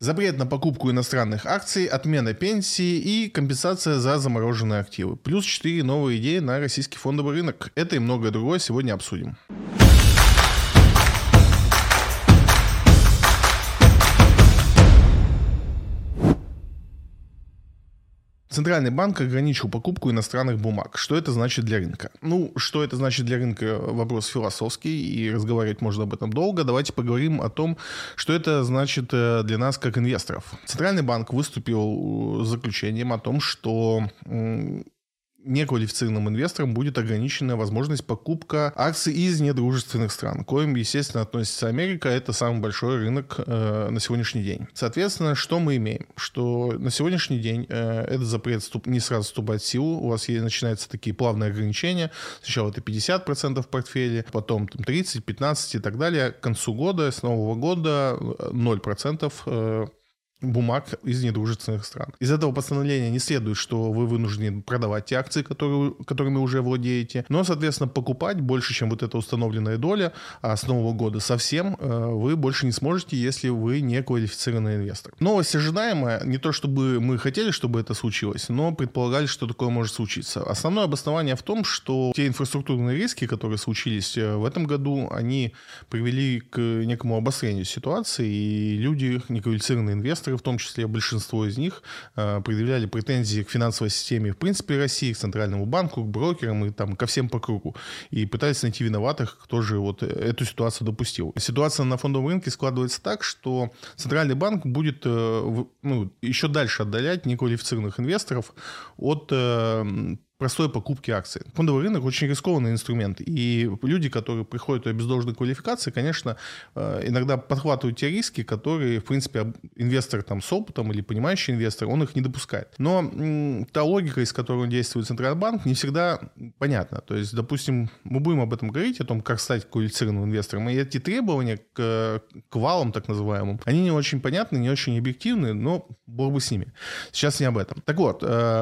Запрет на покупку иностранных акций, отмена пенсии и компенсация за замороженные активы. Плюс 4 новые идеи на российский фондовый рынок. Это и многое другое сегодня обсудим. Центральный банк ограничил покупку иностранных бумаг. Что это значит для рынка? Что это значит для рынка, вопрос философский, и разговаривать можно об этом долго. Давайте поговорим о том, что это значит для нас как инвесторов. Центральный банк выступил с заключением о том, что неквалифицированным инвесторам будет ограничена возможность покупка акций из недружественных стран, к коим, естественно, относится Америка. Это самый большой рынок на сегодняшний день. Соответственно, что мы имеем? Что на сегодняшний день этот запрет не сразу вступает в силу. У вас начинаются такие плавные ограничения. Сначала это 50% в портфеле, потом 30%, 15% и так далее. К концу года, с Нового года 0% бумаг из недружественных стран. Из этого постановления не следует, что вы вынуждены продавать те акции, которыми уже владеете, но, соответственно, покупать больше, чем вот эта установленная доля, а с Нового года совсем вы больше не сможете, если вы не квалифицированный инвестор. Новость ожидаемая, не то чтобы мы хотели, чтобы это случилось, но предполагали, что такое может случиться. Основное обоснование в том, что те инфраструктурные риски, которые случились в этом году, они привели к некому обострению ситуации, и люди, неквалифицированные инвесторы, в том числе большинство из них, предъявляли претензии к финансовой системе в принципе России, к Центральному банку, к брокерам и ко всем по кругу. И пытались найти виноватых, кто же эту ситуацию допустил. Ситуация на фондовом рынке складывается так, что Центральный банк будет еще дальше отдалять неквалифицированных инвесторов от простой покупки акций. Фондовый рынок очень рискованный инструмент, и люди, которые приходят без должной квалификации, конечно, иногда подхватывают те риски, которые, в принципе, инвестор с опытом или понимающий инвестор, он их не допускает. Но та логика, из которой действует Центральный банк, не всегда понятна. То есть, допустим, мы будем об этом говорить, о том, как стать квалифицированным инвестором, и эти требования к валам, так называемым, они не очень понятны, не очень объективны, но бог бы с ними. Сейчас не об этом. Так вот,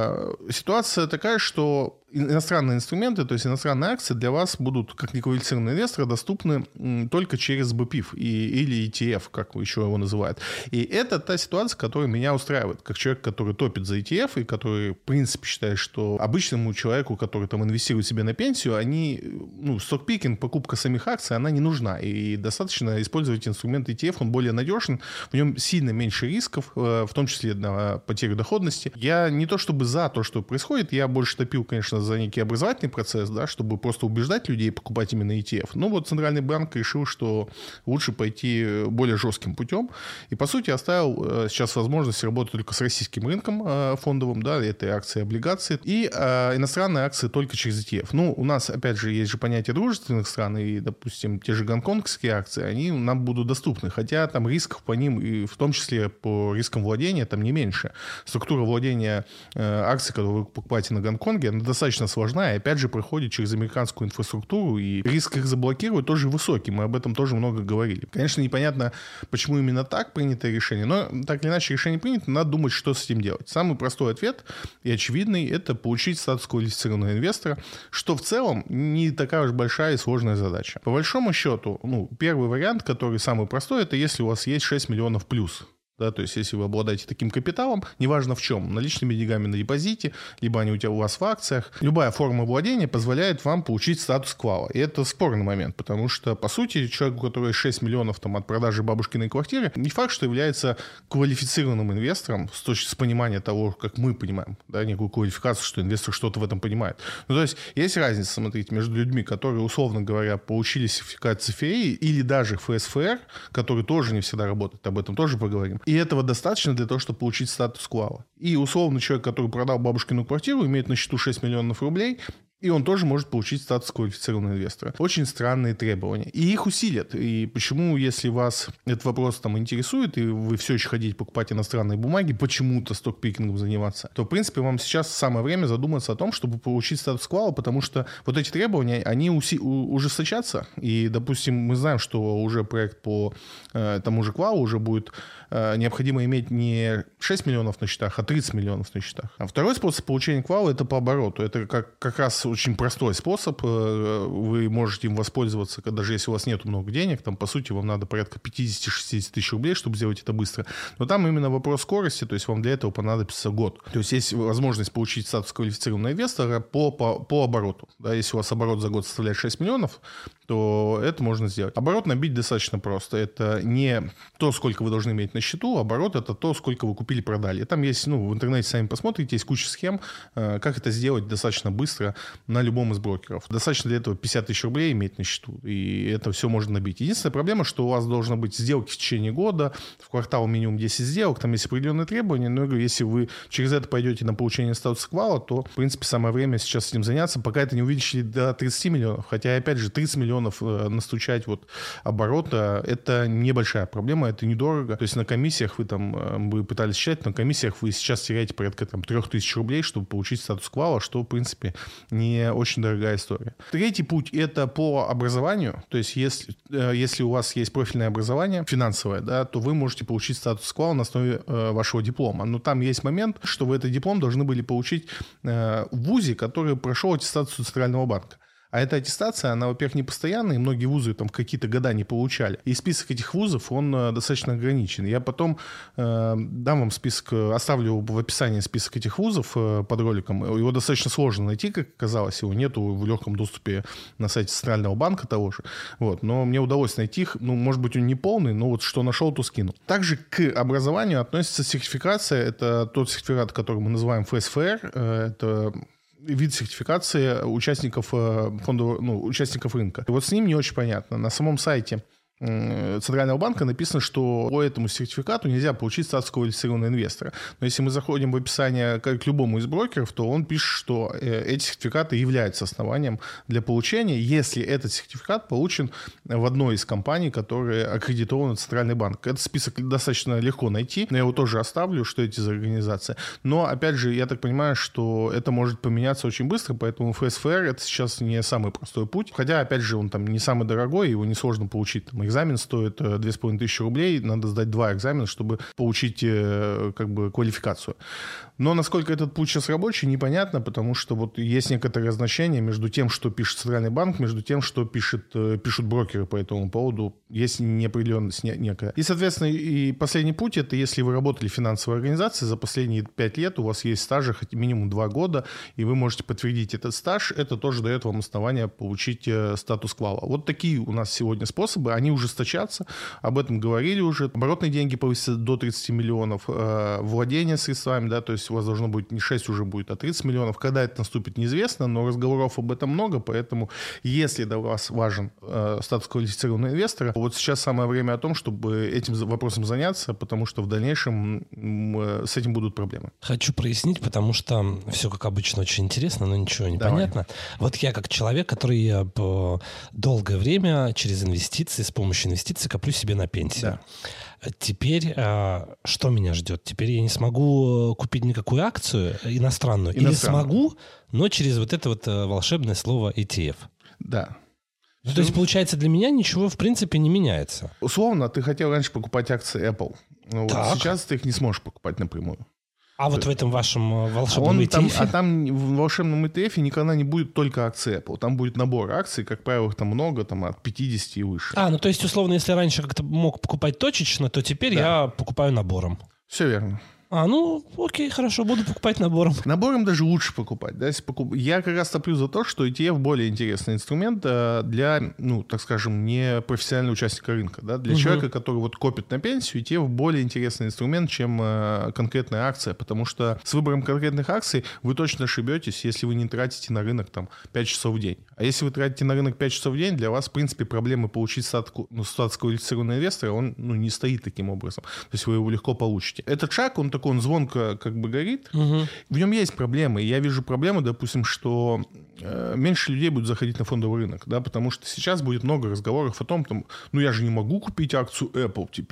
ситуация такая, что иностранные инструменты, то есть иностранные акции для вас будут, как неквалифицированные инвесторы, доступны только через БПИФ или ETF, как еще его называют. И это та ситуация, которая меня устраивает, как человек, который топит за ETF и который, в принципе, считает, что обычному человеку, который инвестирует себе на пенсию, стокпикинг, покупка самих акций, она не нужна. И достаточно использовать инструмент ETF, он более надежен, в нем сильно меньше рисков, в том числе на потерю доходности. Я не то чтобы за то, что происходит, я больше топил, конечно, за некий образовательный процесс, чтобы просто убеждать людей покупать именно ETF. Но Центральный банк решил, что лучше пойти более жестким путем. И, по сути, оставил сейчас возможность работать только с российским рынком фондовым, это акции и облигации, и иностранные акции только через ETF. У нас, опять же, есть же понятие дружественных стран, и, допустим, те же гонконгские акции, они нам будут доступны, хотя рисков по ним, и в том числе по рискам владения, не меньше. Структура владения акций, которые вы покупаете на Гонконге, она достаточно сложная, и опять же проходит через американскую инфраструктуру, и риск их заблокировать тоже высокий, мы об этом тоже много говорили. Конечно, непонятно, почему именно так принято решение, но так или иначе решение принято, надо думать, что с этим делать. Самый простой ответ и очевидный — это получить статус квалифицированного инвестора, что в целом не такая уж большая и сложная задача. По большому счету, первый вариант, который самый простой, это если у вас есть 6 миллионов плюс. То есть, если вы обладаете таким капиталом, неважно в чем, наличными деньгами на депозите, либо они у вас в акциях, любая форма владения позволяет вам получить статус квала. И это спорный момент, потому что, по сути, человек, у которого есть 6 миллионов от продажи бабушкиной квартиры, не факт, что является квалифицированным инвестором с понимания того, как мы понимаем, некую квалификацию, что инвестор что-то в этом понимает. То есть, есть разница, смотрите, между людьми, которые, условно говоря, получили сертификат CFA или даже ФСФР, который тоже не всегда работает, об этом тоже поговорим. И этого достаточно для того, чтобы получить статус квала. И условно человек, который продал бабушкину квартиру, имеет на счету 6 миллионов рублей, и он тоже может получить статус квалифицированного инвестора. Очень странные требования. И их усилят. И почему, если вас этот вопрос интересует, и вы все еще хотите покупать иностранные бумаги, почему-то стокпикингом заниматься, то, в принципе, вам сейчас самое время задуматься о том, чтобы получить статус квала, потому что эти требования, они ужесточатся. И, допустим, мы знаем, что уже проект по тому же квалу уже будет необходимо иметь не 6 миллионов на счетах, а 30 миллионов на счетах. А второй способ получения квала — это по обороту. Это как раз очень простой способ, вы можете им воспользоваться, даже если у вас нет много денег, там, по сути, вам надо порядка 50-60 тысяч рублей, чтобы сделать это быстро. Но там именно вопрос скорости, то есть вам для этого понадобится год. То есть есть возможность получить статус квалифицированного инвестора по обороту. Да, если у вас оборот за год составляет 6 миллионов, то это можно сделать. Оборот набить достаточно просто. Это не то, сколько вы должны иметь на счету, оборот — это то, сколько вы купили-продали. И там есть, в интернете сами посмотрите, есть куча схем, как это сделать достаточно быстро на любом из брокеров. Достаточно для этого 50 тысяч рублей иметь на счету, и это все можно набить. Единственная проблема, что у вас должно быть сделки в течение года, в квартал минимум 10 сделок, там есть определенные требования, но если вы через это пойдете на получение статуса квала, то, в принципе, самое время сейчас этим заняться, пока это не увеличили до 30 миллионов. Хотя, опять же, 30 миллионов настучать оборота — это небольшая проблема, это недорого. То есть на комиссиях вы пытались считать, на комиссиях вы сейчас теряете порядка 3000 рублей, чтобы получить статус квала, что, в принципе, не очень дорогая история. Третий путь — это по образованию. То есть если у вас есть профильное образование финансовое, да, то вы можете получить статус квала на основе вашего диплома. Но там есть момент, что вы этот диплом должны были получить в вузе, который прошел аттестацию Центрального банка. А эта аттестация, она, во-первых, не постоянная, и многие вузы там в какие-то года не получали. И список этих вузов, он достаточно ограничен. Я потом дам вам список, оставлю в описании список этих вузов под роликом. Его достаточно сложно найти, как оказалось. Его нету в легком доступе на сайте Центрального банка того же. Но мне удалось найти их. Может быть, он не полный, но что нашел, то скинул. Также к образованию относится сертификация. Это тот сертификат, который мы называем ФСФР. Это вид сертификации участников участников рынка. И с ним не очень понятно. На самом сайте Центрального банка написано, что по этому сертификату нельзя получить статус квалифицированного инвестора. Но если мы заходим в описание к любому из брокеров, то он пишет, что эти сертификаты являются основанием для получения, если этот сертификат получен в одной из компаний, которые аккредитованы Центральный банк. Этот список достаточно легко найти, но я его тоже оставлю, что эти за организации. Но, опять же, я так понимаю, что это может поменяться очень быстро, поэтому ФСФР — это сейчас не самый простой путь. Хотя, опять же, он там не самый дорогой, его несложно получить. Экзамен стоит 2500 рублей, надо сдать 2 экзамена, чтобы получить квалификацию. Но насколько этот путь сейчас рабочий, непонятно, потому что есть некоторое значение между тем, что пишет Центральный банк, между тем, что пишут брокеры по этому поводу. Есть неопределенность некая. И, соответственно, и последний путь — это если вы работали в финансовой организации за последние 5 лет, у вас есть стажа хоть минимум 2 года, и вы можете подтвердить этот стаж, это тоже дает вам основание получить статус квала. Вот такие у нас сегодня способы, они ужесточатся, об этом говорили уже. Оборотные деньги повысятся до 30 миллионов, владение средствами, да, то есть у вас должно быть не 6 уже будет, а 30 миллионов. Когда это наступит, неизвестно, но разговоров об этом много, поэтому если для вас важен статус квалифицированного инвестора, сейчас самое время о том, чтобы этим вопросом заняться, потому что в дальнейшем с этим будут проблемы. Хочу прояснить, потому что все, как обычно, очень интересно, но ничего не понятно. Я как человек, который долгое время через инвестиции, с помощью инвестиций коплю себе на пенсию. Да. Теперь что меня ждет? Теперь я не смогу купить никакую акцию иностранную. Или смогу, но через это волшебное слово ETF. Да. То есть, получается, для меня ничего, в принципе, не меняется. Условно, ты хотел раньше покупать акции Apple. Но сейчас ты их не сможешь покупать напрямую. А в этом вашем волшебном ETF? Там в волшебном ETF никогда не будет только акции Apple. Там будет набор акций, как правило, их там много, от 50 и выше. То есть, условно, если раньше как-то мог покупать точечно, то теперь я покупаю набором. Все верно. Окей, хорошо, буду покупать набором. Набором даже лучше покупать. Да? Я как раз топлю за то, что ETF более интересный инструмент для, так скажем, не профессионального участника рынка. Да? Для человека, который копит на пенсию, ETF более интересный инструмент, чем конкретная акция, потому что с выбором конкретных акций вы точно ошибетесь, если вы не тратите на рынок 5 часов в день. А если вы тратите на рынок 5 часов в день, для вас, в принципе, проблемы получить статус квалифицированного инвестора, он не стоит таким образом. То есть вы его легко получите. Этот шаг, он он звонко горит. В нем есть проблемы. Я вижу проблему, допустим, что меньше людей будут заходить на фондовый рынок, да, потому что сейчас будет много разговоров о том, я же не могу купить акцию Apple теперь.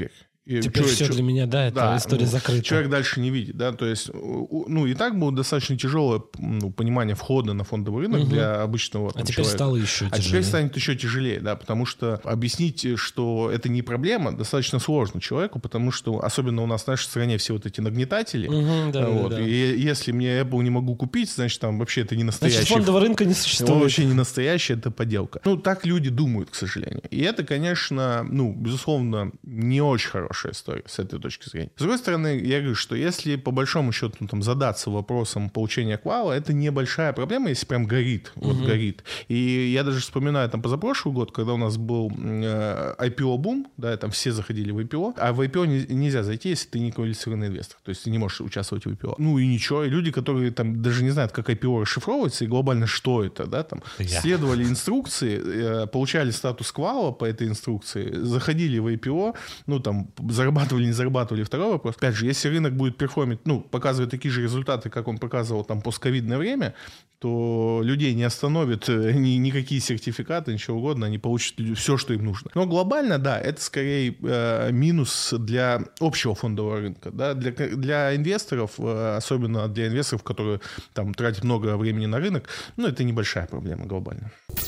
Теперь все для меня, это история закрыта. Человек дальше не видит, то есть, и так было достаточно тяжелое понимание входа на фондовый рынок для обычного теперь человека. Стало еще тяжелее. А теперь станет еще тяжелее, потому что объяснить, что это не проблема, достаточно сложно человеку, потому что, особенно у нас в нашей стране все вот эти нагнетатели, и если мне Apple не могу купить, значит, там вообще это не настоящий. Значит, фондового рынка не существует. Он вообще не настоящий, это подделка. Так люди думают, к сожалению. И это, конечно, безусловно, не очень хорошая история с этой точки зрения. С другой стороны, я говорю, что если по большому счету задаться вопросом получения квала, это небольшая проблема, если прям горит. Горит. И я даже вспоминаю позапрошлый год, когда у нас был IPO-бум, там все заходили в IPO, а в IPO нельзя зайти, если ты не квалифицированный инвестор. То есть ты не можешь участвовать в IPO. И ничего. И люди, которые даже не знают, как IPO расшифровывается и глобально что это, следовали инструкции, получали статус квала по этой инструкции, заходили в IPO, зарабатывали, не зарабатывали. Второй вопрос. Опять же, если рынок будет перформить, показывать такие же результаты, как он показывал постковидное время, то людей не остановят никакие сертификаты, ничего угодно, они получат все, что им нужно. Но глобально, это скорее минус для общего фондового рынка. Для инвесторов, особенно для инвесторов, которые тратят много времени на рынок, это небольшая проблема глобально.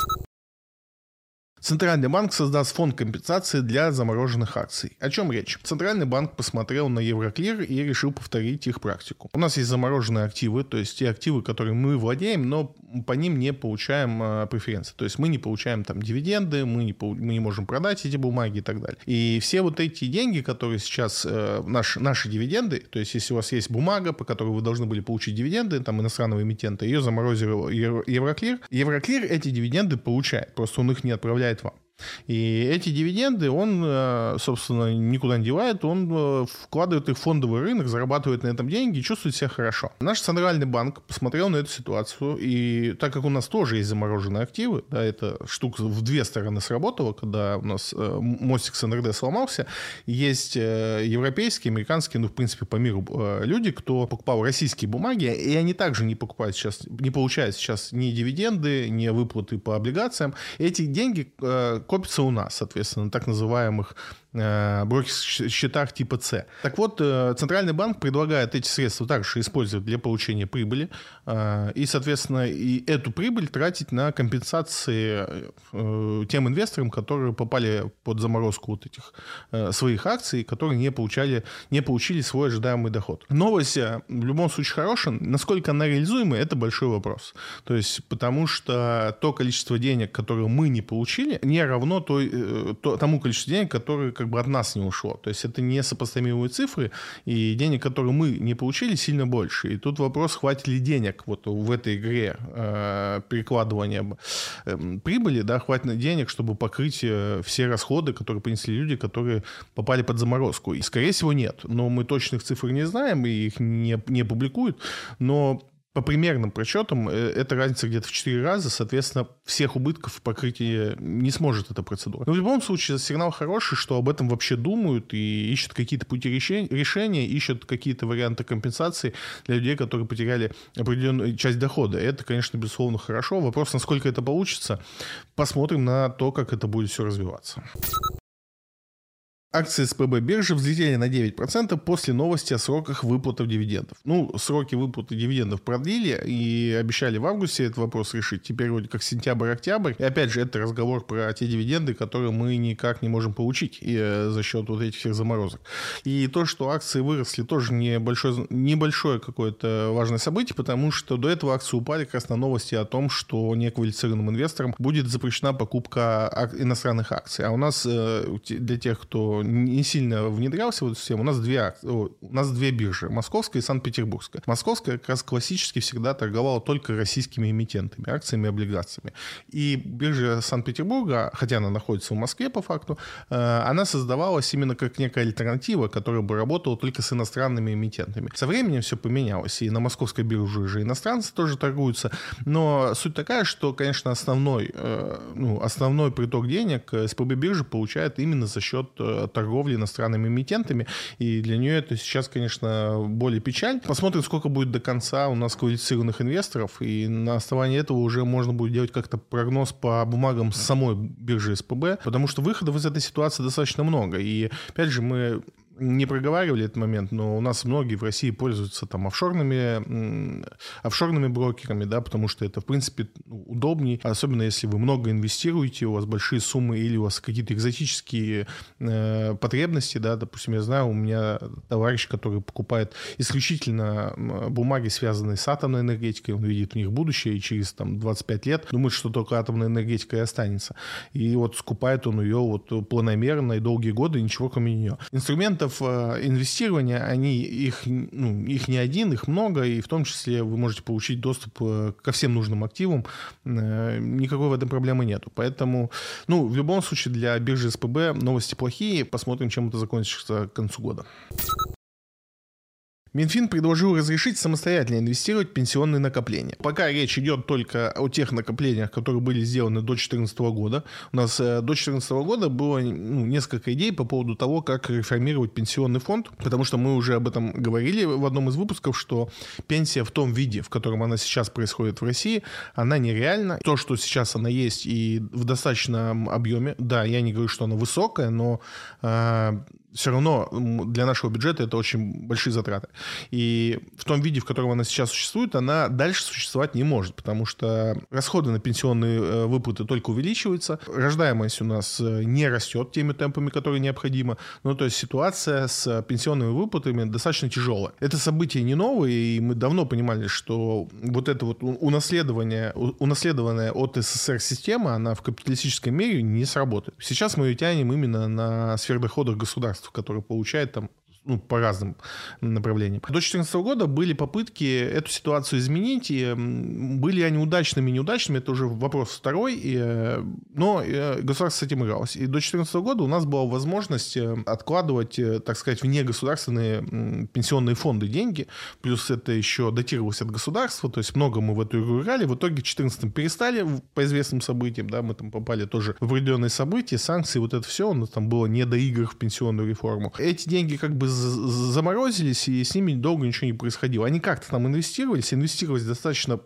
Центральный банк создаст фонд компенсации для замороженных акций. О чем речь? Центральный банк посмотрел на Евроклир и решил повторить их практику. У нас есть замороженные активы, то есть те активы, которые мы владеем, но по ним не получаем преференции. То есть мы не получаем дивиденды, мы не можем продать эти бумаги и так далее. И все вот эти деньги, которые сейчас наши дивиденды, то есть если у вас есть бумага, по которой вы должны были получить дивиденды, иностранного эмитента, ее заморозил Евроклир. Евроклир эти дивиденды получает, просто он их не отправляет вам. И эти дивиденды он, собственно, никуда не девает, он вкладывает их в фондовый рынок, зарабатывает на этом деньги и чувствует себя хорошо. Наш центральный банк посмотрел на эту ситуацию, и так как у нас тоже есть замороженные активы, эта штука в две стороны сработала, когда у нас мостик с НРД сломался, есть европейские, американские, в принципе, по миру люди, кто покупал российские бумаги, и они также не покупают сейчас, не получают сейчас ни дивиденды, ни выплаты по облигациям. Эти деньги копится у нас, соответственно, на так называемых брокерских счетах типа С. Так вот, Центральный банк предлагает эти средства также использовать для получения прибыли и, соответственно, и эту прибыль тратить на компенсации тем инвесторам, которые попали под заморозку вот этих своих акций, которые не получили свой ожидаемый доход. Новость в любом случае хорошая. Насколько она реализуема, это большой вопрос. То есть, потому что то количество денег, которое мы не получили, не равно тому количеству денег, которое от нас не ушло. То есть это несопоставимые цифры, и денег, которые мы не получили, сильно больше. И тут вопрос, хватит ли денег вот в этой игре перекладывания прибыли, хватит ли денег, чтобы покрыть все расходы, которые понесли люди, которые попали под заморозку. И, скорее всего, нет. Но мы точных цифр не знаем, и их не публикуют. Но по примерным подсчетам, эта разница где-то в 4 раза, соответственно, всех убытков покрытия не сможет эта процедура. Но в любом случае сигнал хороший, что об этом вообще думают и ищут какие-то пути решения, ищут какие-то варианты компенсации для людей, которые потеряли определенную часть дохода. Это, конечно, безусловно, хорошо. Вопрос, насколько это получится, посмотрим на то, как это будет все развиваться. Акции СПБ биржи взлетели на 9% после новости о сроках выплаты дивидендов. Сроки выплаты дивидендов продлили и обещали в августе этот вопрос решить. Теперь вроде как сентябрь-октябрь. И опять же, это разговор про те дивиденды, которые мы никак не можем получить за счет вот этих всех заморозок. И то, что акции выросли, тоже небольшое какое-то важное событие, потому что до этого акции упали как раз на новости о том, что неквалифицированным инвесторам будет запрещена покупка иностранных акций. А у нас, для тех, кто не сильно внедрялся в эту систему, у нас две биржи, московская и Санкт-Петербургская. Московская как раз классически всегда торговала только российскими эмитентами, акциями и облигациями. И биржа Санкт-Петербурга, хотя она находится в Москве по факту, она создавалась именно как некая альтернатива, которая бы работала только с иностранными эмитентами. Со временем все поменялось, и на московской бирже уже иностранцы тоже торгуются, но суть такая, что, конечно, основной приток денег СПБ биржа получает именно за счет торговли иностранными эмитентами, и для нее это сейчас, конечно, более печаль. Посмотрим, сколько будет до конца у нас квалифицированных инвесторов, и на основании этого уже можно будет делать как-то прогноз по бумагам самой биржи СПБ, потому что выходов из этой ситуации достаточно много. И, опять же, мы не проговаривали этот момент, но у нас многие в России пользуются там офшорными брокерами, да, потому что это, в принципе, удобнее, особенно если вы много инвестируете, у вас большие суммы или у вас какие-то экзотические потребности, да, допустим, я знаю, у меня товарищ, который покупает исключительно бумаги, связанные с атомной энергетикой, он видит в них будущее, и через там 25 лет думает, что только атомная энергетика и останется. И вот скупает он ее вот планомерно и долгие годы, и ничего кроме нее. Инструментов инвестирования, их не один, их много, и в том числе вы можете получить доступ ко всем нужным активам. Никакой в этом проблемы нету. Поэтому, в любом случае, для биржи СПБ новости плохие. Посмотрим, чем это закончится к концу года. Минфин предложил разрешить самостоятельно инвестировать в пенсионные накопления. Пока речь идет только о тех накоплениях, которые были сделаны до 2014 года. У нас до 2014 года было несколько идей по поводу того, как реформировать пенсионный фонд, потому что мы уже об этом говорили в одном из выпусков, что пенсия в том виде, в котором она сейчас происходит в России, она нереальна. То, что сейчас она есть и в достаточном объеме, да, я не говорю, что она высокая, но все равно для нашего бюджета это очень большие затраты. И в том виде, в котором она сейчас существует, она дальше существовать не может, потому что расходы на пенсионные выплаты только увеличиваются, рождаемость у нас не растет теми темпами, которые необходимо. То есть ситуация с пенсионными выплатами достаточно тяжелая. Это событие не новое, и мы давно понимали, что вот это вот унаследованная от СССР система, она в капиталистическом мире не сработает. Сейчас мы ее тянем именно на сверхдоходах государства, которые получают там по разным направлениям. До 2014 года были попытки эту ситуацию изменить, и были они удачными и неудачными, это уже вопрос второй, но государство с этим игралось. И до 2014 года у нас была возможность откладывать, так сказать, в негосударственные пенсионные фонды деньги, плюс это еще датировалось от государства, то есть много мы в эту игру играли, в итоге в 2014 перестали по известным событиям, да, мы там попали тоже в определенные события, санкции, вот это все, у нас там было не до игр в пенсионную реформу. Эти деньги как бы заморозились, и с ними долго ничего не происходило. Они как-то там инвестировались достаточно,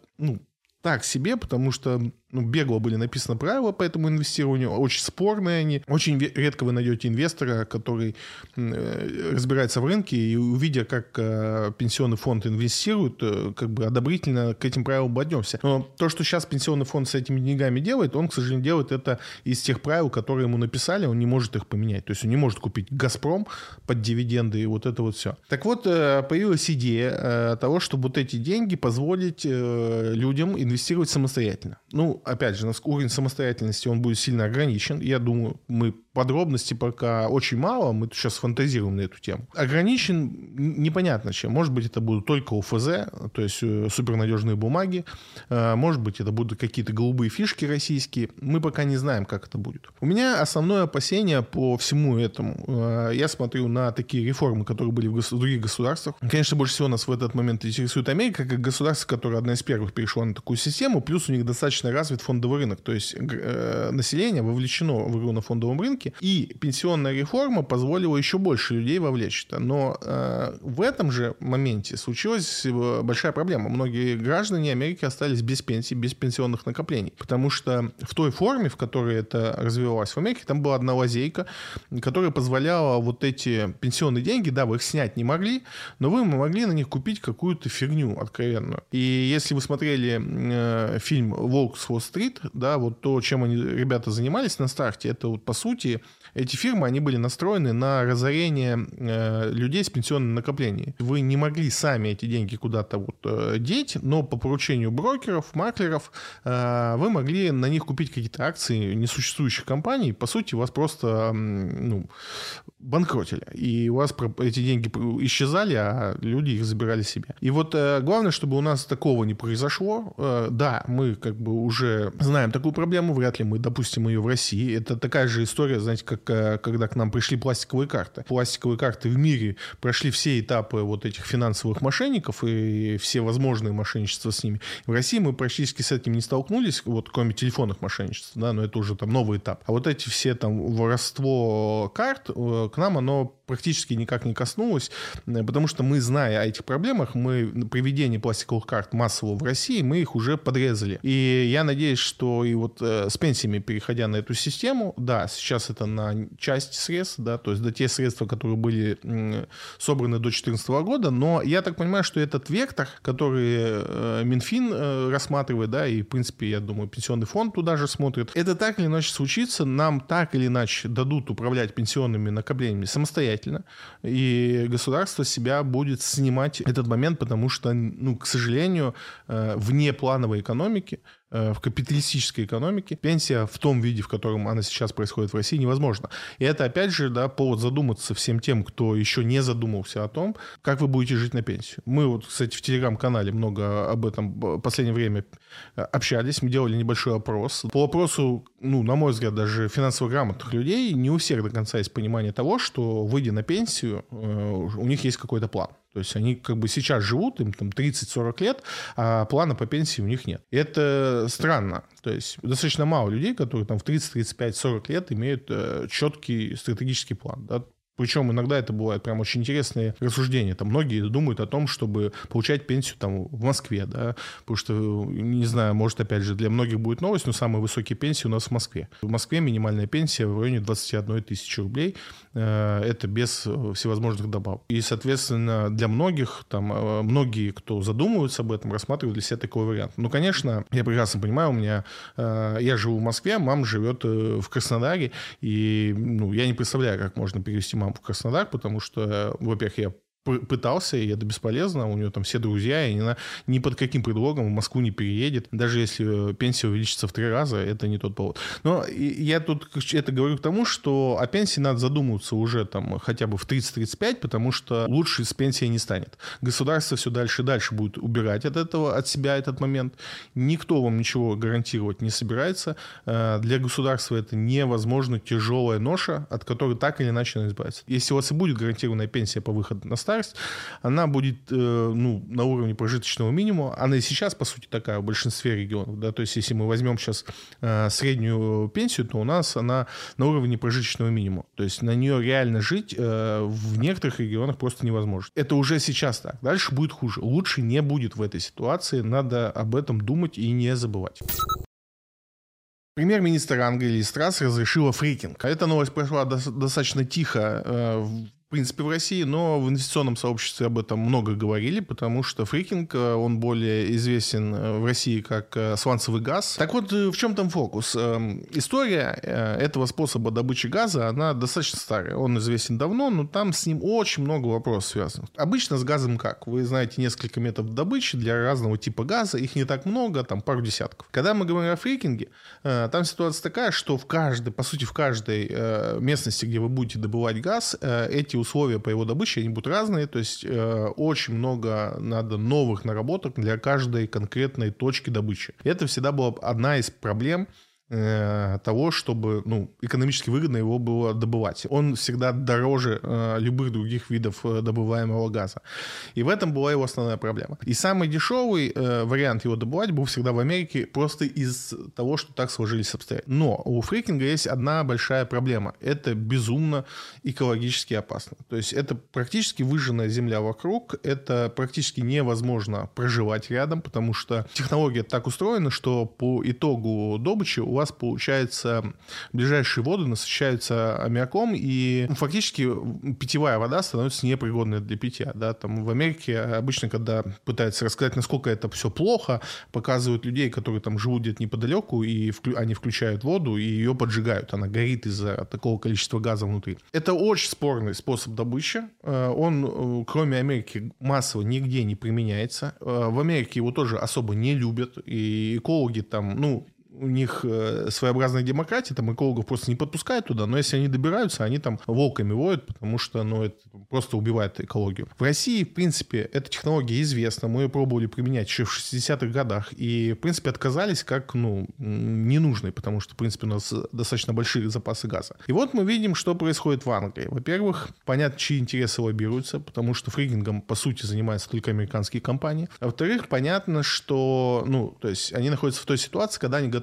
так себе, потому что бегло были написаны правила по этому инвестированию, очень спорные они. Очень редко вы найдете инвестора, который разбирается в рынке и, увидя, как пенсионный фонд инвестирует, как бы одобрительно к этим правилам отнесся. Но то, что сейчас пенсионный фонд с этими деньгами делает, он, к сожалению, делает это из тех правил, которые ему написали, он не может их поменять. То есть он не может купить «Газпром» под дивиденды и вот это вот все. Так вот, появилась идея того, чтобы вот эти деньги позволить людям инвестировать самостоятельно. Опять же, уровень самостоятельности, он будет сильно ограничен. Я думаю, мы подробностей пока очень мало, мы сейчас фантазируем на эту тему. Ограничен непонятно чем. Может быть, это будут только ОФЗ, то есть супернадежные бумаги. Может быть, это будут какие-то голубые фишки российские. Мы пока не знаем, как это будет. У меня основное опасение по всему этому. Я смотрю на такие реформы, которые были в других государствах. Конечно, больше всего нас в этот момент интересует Америка, как государство, которое одна из первых перешло на такую систему, плюс у них достаточно развит фондовый рынок. То есть население вовлечено в игру на фондовом рынке, и пенсионная реформа позволила еще больше людей вовлечь это. Но в этом же моменте случилась большая проблема. Многие граждане Америки остались без пенсии, без пенсионных накоплений. Потому что в той форме, в которой это развивалось в Америке, там была одна лазейка, которая позволяла вот эти пенсионные деньги, да, вы их снять не могли, но вы могли на них купить какую-то фигню откровенную. И если вы смотрели фильм «Волк с Уолл-стрит», да, вот то, чем ребята занимались на старте, это вот по сути эти фирмы, они были настроены на разорение людей с пенсионным накоплением. Вы не могли сами эти деньги куда-то вот деть, но по поручению брокеров, маклеров вы могли на них купить какие-то акции несуществующих компаний. По сути, вас просто банкротили. И у вас эти деньги исчезали, а люди их забирали себе. И вот главное, чтобы у нас такого не произошло. Да, мы как бы уже знаем такую проблему, вряд ли мы допустим ее в России. Это такая же история, знаете, как когда к нам пришли пластиковые карты. Пластиковые карты в мире прошли все этапы вот этих финансовых мошенников и все возможные мошенничества с ними. В России мы практически с этим не столкнулись, вот кроме телефонных мошенничеств, да, но это уже там новый этап. А вот эти все там воровство карт, к нам оно практически никак не коснулось, потому что мы, зная о этих проблемах, мы при введении пластиковых карт массово в России, мы их уже подрезали. И я надеюсь, что и вот с пенсиями, переходя на эту систему, да, сейчас это на часть средств, да, то есть до те средства, которые были собраны до 2014 года, но я так понимаю, что этот вектор, который Минфин рассматривает, да, и, в принципе, я думаю, Пенсионный фонд туда же смотрит, это так или иначе случится, нам так или иначе дадут управлять пенсионными накоплениями самостоятельно, и государство себя будет снимать этот момент, потому что, ну, к сожалению, вне плановой экономики, в капиталистической экономике пенсия в том виде, в котором она сейчас происходит в России, невозможна. И это, опять же, да, повод задуматься всем тем, кто еще не задумался о том, как вы будете жить на пенсию. Мы вот, кстати, в Телеграм-канале много об этом в последнее время общались, мы делали небольшой опрос. По опросу, ну, на мой взгляд, даже финансово грамотных людей, не у всех до конца есть понимание того, что, выйдя на пенсию, у них есть какой-то план. То есть они как бы сейчас живут, им там 30-40 лет, а плана по пенсии у них нет. И это странно. То есть достаточно мало людей, которые там в 30, 35, 40 лет имеют четкий стратегический план. Да? Причем иногда это бывает прям очень интересные рассуждения. Там многие думают о том, чтобы получать пенсию там в Москве, да, потому что, не знаю, может, опять же, для многих будет новость, но самые высокие пенсии у нас в Москве. В Москве минимальная пенсия в районе 21 тысячи рублей. Это без всевозможных добавок. И, соответственно, для многих, там, многие, кто задумываются об этом, рассматривают для себя такой вариант. Ну, конечно, я прекрасно понимаю, я живу в Москве, мама живет в Краснодаре, и, ну, я не представляю, как можно перевести маму в Краснодар, потому что, во-первых, я пытался, и это бесполезно, у нее там все друзья, и она ни под каким предлогом в Москву не переедет, даже если пенсия увеличится в 3 раза, это не тот повод. Но я тут это говорю к тому, что о пенсии надо задумываться уже там хотя бы в 30-35, потому что лучше с пенсией не станет. Государство все дальше и дальше будет убирать от себя этот момент. Никто вам ничего гарантировать не собирается. Для государства это невозможно тяжелая ноша, от которой так или иначе надо избавиться. Если у вас и будет гарантированная пенсия по выходу на старость, она будет на уровне прожиточного минимума. Она и сейчас, по сути, такая в большинстве регионов. Да? То есть, если мы возьмем сейчас среднюю пенсию, то у нас она на уровне прожиточного минимума. То есть, на нее реально жить в некоторых регионах просто невозможно. Это уже сейчас так. Дальше будет хуже. Лучше не будет в этой ситуации. Надо об этом думать и не забывать. Премьер-министр Англии Лиз Трасс разрешила фрикинг. Эта новость прошла достаточно тихо в принципе, в России, но в инвестиционном сообществе об этом много говорили, потому что фрикинг, он более известен в России как сланцевый газ. Так вот, в чем там фокус? История этого способа добычи газа, она достаточно старая. Он известен давно, но там с ним очень много вопросов связано. Обычно с газом как? Вы знаете несколько методов добычи для разного типа газа, их не так много, там пару десятков. Когда мы говорим о фрикинге, там ситуация такая, что в каждой местности, где вы будете добывать газ, эти условия по его добыче, они будут разные, то есть очень много надо новых наработок для каждой конкретной точки добычи. И это всегда была одна из проблем того, чтобы экономически выгодно его было добывать. Он всегда дороже любых других видов добываемого газа. И в этом была его основная проблема. И самый дешевый вариант его добывать был всегда в Америке просто из того, что так сложились обстоятельства. Но у фрикинга есть одна большая проблема. Это безумно экологически опасно. То есть это практически выжженная земля вокруг, это практически невозможно проживать рядом, потому что технология так устроена, что по итогу добычи у вас, получается, ближайшие воды насыщаются аммиаком, и фактически питьевая вода становится непригодной для питья. Да? Там в Америке обычно, когда пытаются рассказать, насколько это все плохо, показывают людей, которые там живут где-то неподалеку, и они включают воду, и ее поджигают. Она горит из-за такого количества газа внутри. Это очень спорный способ добычи. Он, кроме Америки, массово нигде не применяется. В Америке его тоже особо не любят, и экологи там, у них своеобразная демократия, там экологов просто не подпускают туда, но если они добираются, они там волками воют, потому что, это просто убивает экологию. В России, в принципе, эта технология известна, мы ее пробовали применять еще в 60-х годах, и, в принципе, отказались как, ненужной, потому что, в принципе, у нас достаточно большие запасы газа. И вот мы видим, что происходит в Англии. Во-первых, понятно, чьи интересы лоббируются, потому что фрикингом, по сути, занимаются только американские компании. А во-вторых, понятно, что, то есть они находятся в той ситуации, когда они готовы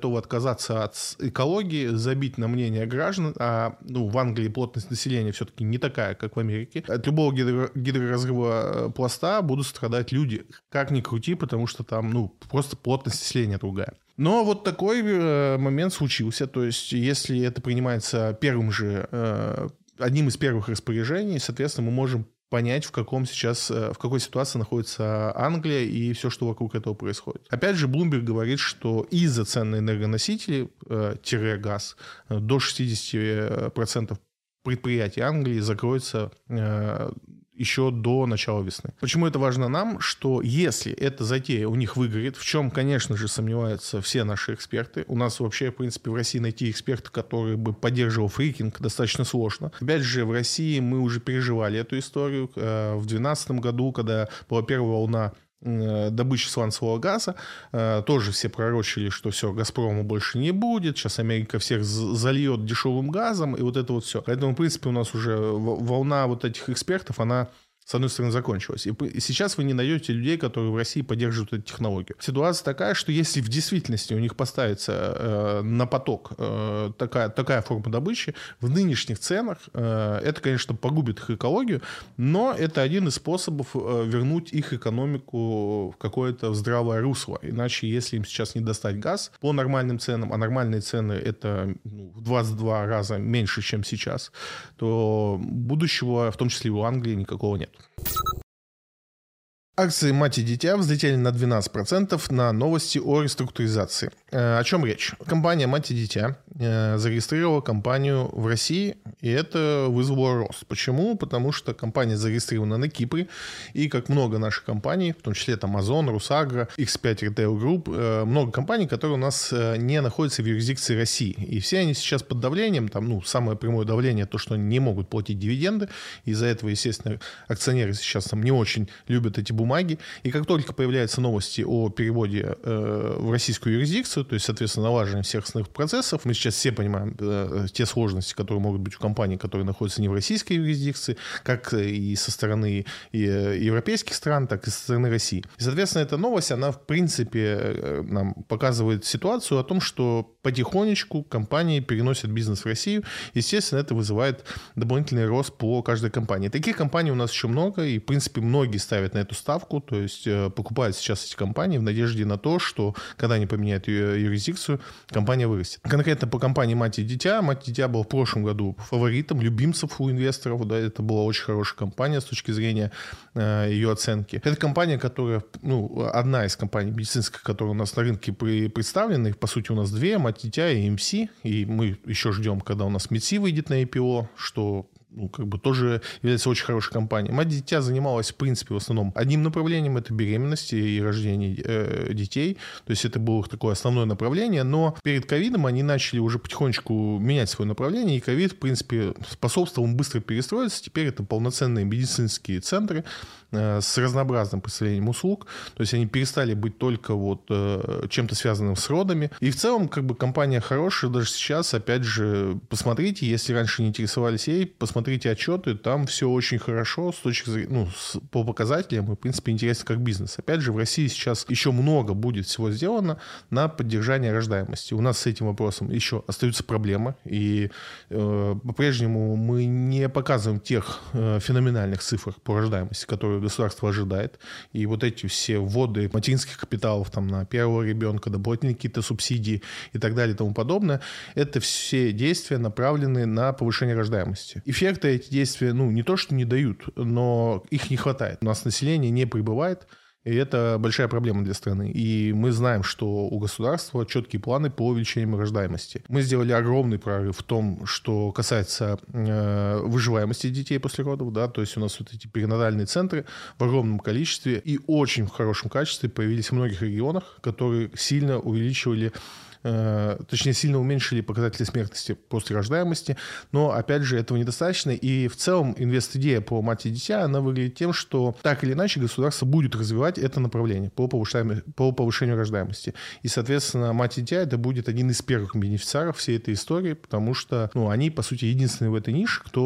готовы отказаться от экологии, забить на мнение граждан, в Англии плотность населения все-таки не такая, как в Америке. От любого гидроразрыва пласта будут страдать люди. Как ни крути, потому что там, просто плотность населения другая. Но вот такой момент случился. То есть, если это принимается одним из первых распоряжений, соответственно, мы можем понять, в какой ситуации находится Англия и все, что вокруг этого происходит. Опять же, Bloomberg говорит, что из-за цен на энергоносители, газ, до 60% предприятий Англии закроется еще до начала весны. Почему это важно нам? Что если эта затея у них выгорит, в чем, конечно же, сомневаются все наши эксперты. У нас вообще, в принципе, в России найти эксперта, который бы поддерживал фрикинг, достаточно сложно. Опять же, в России мы уже переживали эту историю. В 2012 году, когда была первая волна добычи сланцевого газа, тоже все пророчили, что все, Газпрома больше не будет, сейчас Америка всех зальет дешевым газом, и вот это вот все. Поэтому, в принципе, у нас уже волна вот этих экспертов, она, с одной стороны, закончилась. И сейчас вы не найдете людей, которые в России поддерживают эту технологию. Ситуация такая, что если в действительности у них поставится на поток такая форма добычи, в нынешних ценах это, конечно, погубит их экологию, но это один из способов вернуть их экономику в какое-то здравое русло. Иначе, если им сейчас не достать газ по нормальным ценам, а нормальные цены это в 22 раза меньше, чем сейчас, то будущего, в том числе и у Англии, никакого нет. Акции «Мать и дитя» взлетели на 12% на новости о реструктуризации. О чем речь? Компания «Мать и дитя» зарегистрировала компанию в России, и это вызвало рост. Почему? Потому что компания зарегистрирована на Кипре, и как много наших компаний, в том числе Amazon, Русагро, X5 Retail Group, много компаний, которые у нас не находятся в юрисдикции России. И все они сейчас под давлением, самое прямое давление, то, что они не могут платить дивиденды, из-за этого, естественно, акционеры сейчас не очень любят эти бумаги. И как только появляются новости о переводе в российскую юрисдикцию, то есть, соответственно, налаживание всех основных процессов, мы сейчас все понимаем те сложности, которые могут быть у компаний, которые находятся не в российской юрисдикции, как и со стороны европейских стран, так и со стороны России. И, соответственно, эта новость, она, в принципе, нам показывает ситуацию о том, что потихонечку компании переносят бизнес в Россию. Естественно, это вызывает дополнительный рост по каждой компании. Таких компаний у нас еще много, и, в принципе, многие ставят на эту ставку, то есть покупают сейчас эти компании в надежде на то, что когда они поменяют юрисдикцию, компания вырастет. Конкретно по компании «Мать и дитя». «Мать и дитя» был в прошлом году фаворитом, любимцев у инвесторов. Да, это была очень хорошая компания с точки зрения ее оценки. Это компания, которая, одна из компаний медицинских, которые у нас на рынке представлены. По сути, у нас две: «Мать и дитя» и МС. И мы еще ждем, когда у нас МИДСИ выйдет на IPO, что тоже является очень хорошей компанией. «Мать и дитя» занималась, в принципе, в основном одним направлением, это беременность и рождение детей. То есть это было такое основное направление, но перед ковидом они начали уже потихонечку менять свое направление, и ковид, в принципе, способствовал им быстро перестроиться. Теперь это полноценные медицинские центры с разнообразным представлением услуг. То есть они перестали быть только чем-то связанным с родами. И в целом, компания хорошая даже сейчас. Опять же, посмотрите, если раньше не интересовались ей, посмотрите отчеты, там все очень хорошо с точки зрения, по показателям, и, в принципе, интересно как бизнес. Опять же, в России сейчас еще много будет всего сделано на поддержание рождаемости. У нас с этим вопросом еще остаются проблемы, и по-прежнему мы не показываем тех феноменальных цифр по рождаемости, которые государство ожидает. И вот эти все вводы материнских капиталов на первого ребенка, дополнительные какие-то субсидии и так далее и тому подобное, это все действия направлены на повышение рождаемости. Эффекты эти действия, не то что не дают, но их не хватает. У нас население не прибывает, и это большая проблема для страны. И мы знаем, что у государства четкие планы по увеличению рождаемости. Мы сделали огромный прорыв в том, что касается выживаемости детей после родов. Да? То есть у нас эти перинатальные центры в огромном количестве и очень в хорошем качестве появились в многих регионах, которые сильно увеличивали, сильно уменьшили показатели смертности после рождаемости, но, опять же, этого недостаточно, и в целом инвест-идея по «Мать и дитя», она выглядит тем, что так или иначе государство будет развивать это направление по повышению рождаемости, и, соответственно, «Мать и дитя» это будет один из первых бенефициаров всей этой истории, потому что, они, по сути, единственные в этой нише, кто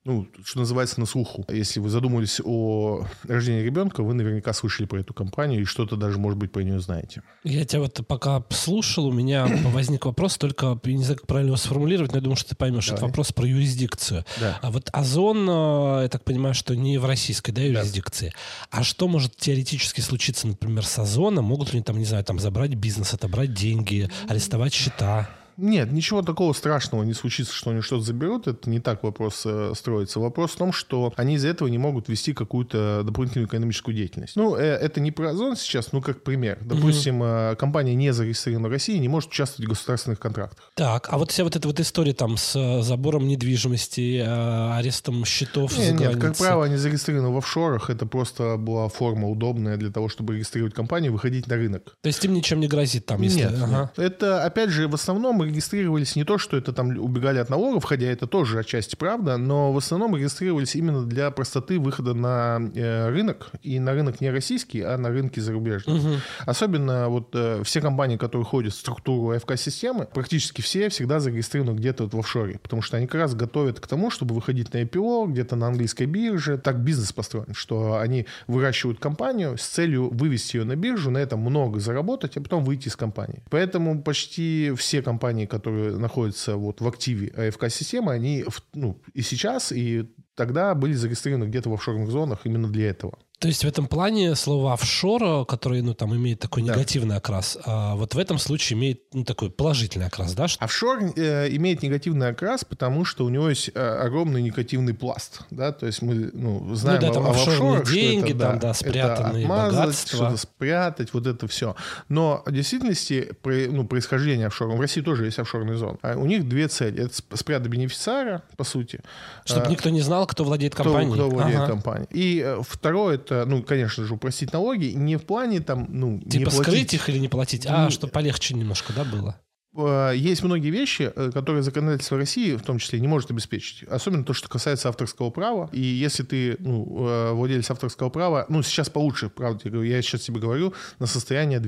что называется, на слуху. Если вы задумались о рождении ребенка, вы наверняка слышали про эту компанию и что-то даже, может быть, про нее знаете. Я тебя вот пока слушал, у меня возник вопрос, только не знаю, как правильно его сформулировать, но я думаю, что ты поймешь. Давай. Это вопрос про юрисдикцию. Да. А вот Озон, я так понимаю, что не в российской, юрисдикции. Да. А что может теоретически случиться, например, с Озоном? Могут ли там, не знаю, там забрать бизнес, отобрать деньги, арестовать счета? Нет, ничего такого страшного не случится, что они что-то заберут. Это не так вопрос строится. Вопрос в том, что они из-за этого не могут вести какую-то дополнительную экономическую деятельность. Это не про Озон сейчас, как пример. Допустим, компания, не зарегистрирована в России, не может участвовать в государственных контрактах. Так, а вот вся вот эта вот история там с забором недвижимости, арестом счетов за границей. Нет, как правило, они зарегистрированы в офшорах. Это просто была форма удобная для того, чтобы регистрировать компанию и выходить на рынок. То есть им ничем не грозит там? Если... Нет. Ага. Это, опять же, в основном регистрировались не то, что это там убегали от налогов, хотя это тоже отчасти правда, но в основном регистрировались именно для простоты выхода на рынок, и на рынок не российский, а на рынки зарубежные. Угу. Особенно все компании, которые входят в структуру АФК-системы, практически все всегда зарегистрированы где-то в офшоре, потому что они как раз готовят к тому, чтобы выходить на IPO, где-то на английской бирже. Так бизнес построен, что они выращивают компанию с целью вывести ее на биржу, на этом много заработать, а потом выйти из компании. Поэтому почти все компании, которые находятся в активе АФК-системы, они и сейчас, и тогда были зарегистрированы где-то в офшорных зонах именно для этого. То есть в этом плане слово офшор, который, имеет такой негативный окрас, а вот в этом случае имеет такой положительный окрас, да? Офшор имеет негативный окрас, потому что у него есть огромный негативный пласт, да, то есть мы знаем там офшорные деньги, что это, спрятанные это отмазать, богатства. Что-то спрятать, вот это все. Но в действительности происхождение офшора, в России тоже есть офшорные зоны, у них две цели. Это спрятать бенефициара, по сути. Чтобы никто не знал, кто владеет компанией. Кто владеет компанией. И второе, это, конечно же, упростить налоги, не в плане там, типа не скрыть их или не платить, чтобы полегче немножко, да, было? Есть многие вещи, которые законодательство России, в том числе, не может обеспечить. Особенно то, что касается авторского права. И если ты владелец авторского права, сейчас получше, правда, я сейчас тебе говорю, на состояние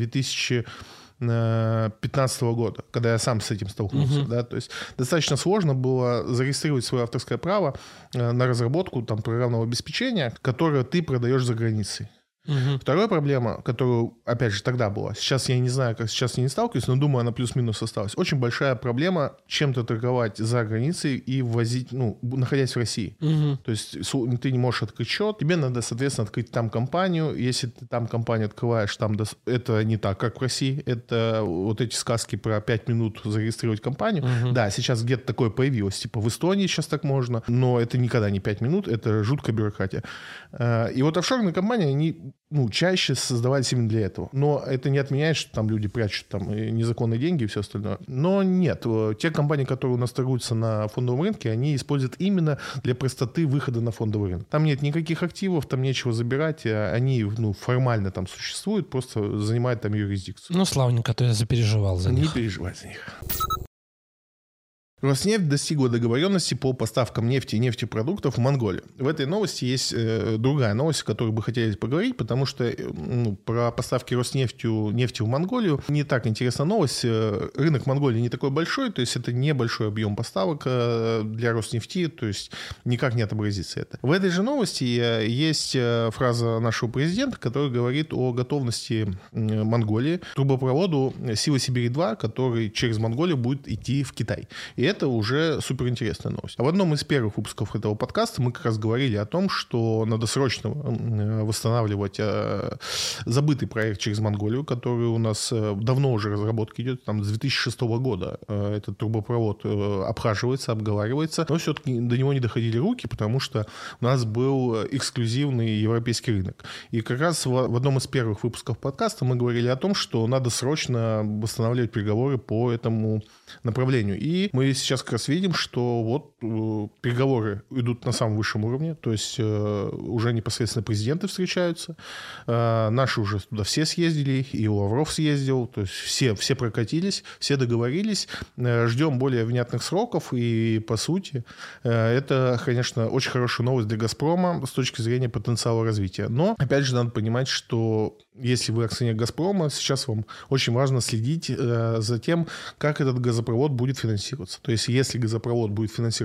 2015 года, когда я сам с этим столкнулся. Да, то есть достаточно сложно было зарегистрировать свое авторское право на разработку программного обеспечения, которое ты продаешь за границей. Вторая проблема, которая, опять же, тогда была, сейчас я не знаю, как сейчас я не сталкиваюсь, но думаю, она плюс-минус осталась. Очень большая проблема чем-то торговать за границей и ввозить, находясь в России. То есть ты не можешь открыть счет, тебе надо, соответственно, открыть там компанию. Если ты там компанию открываешь, это не так, как в России. Это вот эти сказки про 5 минут зарегистрировать компанию. Да, сейчас где-то такое появилось. Типа в Эстонии сейчас так можно, но это никогда не 5 минут, это жуткая бюрократия. И офшорные компании, они чаще создавались именно для этого. Но это не отменяет, что там люди прячут незаконные деньги и все остальное. Но нет. Те компании, которые у нас торгуются на фондовом рынке, они используют именно для простоты выхода на фондовый рынок. Там нет никаких активов, там нечего забирать. Они формально там существуют, просто занимают там юрисдикцию. Славненько, то я запереживал за них. Не переживай за них. Роснефть достигла договоренности по поставкам нефти и нефтепродуктов в Монголию. В этой новости есть другая новость, о которой бы хотелось поговорить, потому что про поставки Роснефтью нефти в Монголию не так интересна новость. Рынок Монголии не такой большой, то есть это небольшой объем поставок для Роснефти, то есть никак не отобразится это. В этой же новости есть фраза нашего президента, который говорит о готовности Монголии к трубопроводу «Сила Сибири-2», который через Монголию будет идти в Китай. И это уже суперинтересная новость. А в одном из первых выпусков этого подкаста мы как раз говорили о том, что надо срочно восстанавливать забытый проект через Монголию, который у нас давно уже разработка идет, там с 2006 года этот трубопровод обхаживается, обговаривается, но все-таки до него не доходили руки, потому что у нас был эксклюзивный европейский рынок. И как раз в одном из первых выпусков подкаста мы говорили о том, что надо срочно восстанавливать переговоры по этому направлению. И мы сейчас как раз видим, что переговоры идут на самом высшем уровне, то есть уже непосредственно президенты встречаются, наши уже туда все съездили, и Лавров съездил, то есть все прокатились, все договорились, ждем более внятных сроков, и по сути это, конечно, очень хорошая новость для «Газпрома» с точки зрения потенциала развития. Но, опять же, надо понимать, что если вы акционер «Газпрома», сейчас вам очень важно следить за тем, как этот газопровод будет финансироваться. То есть, если газопровод будет финансировать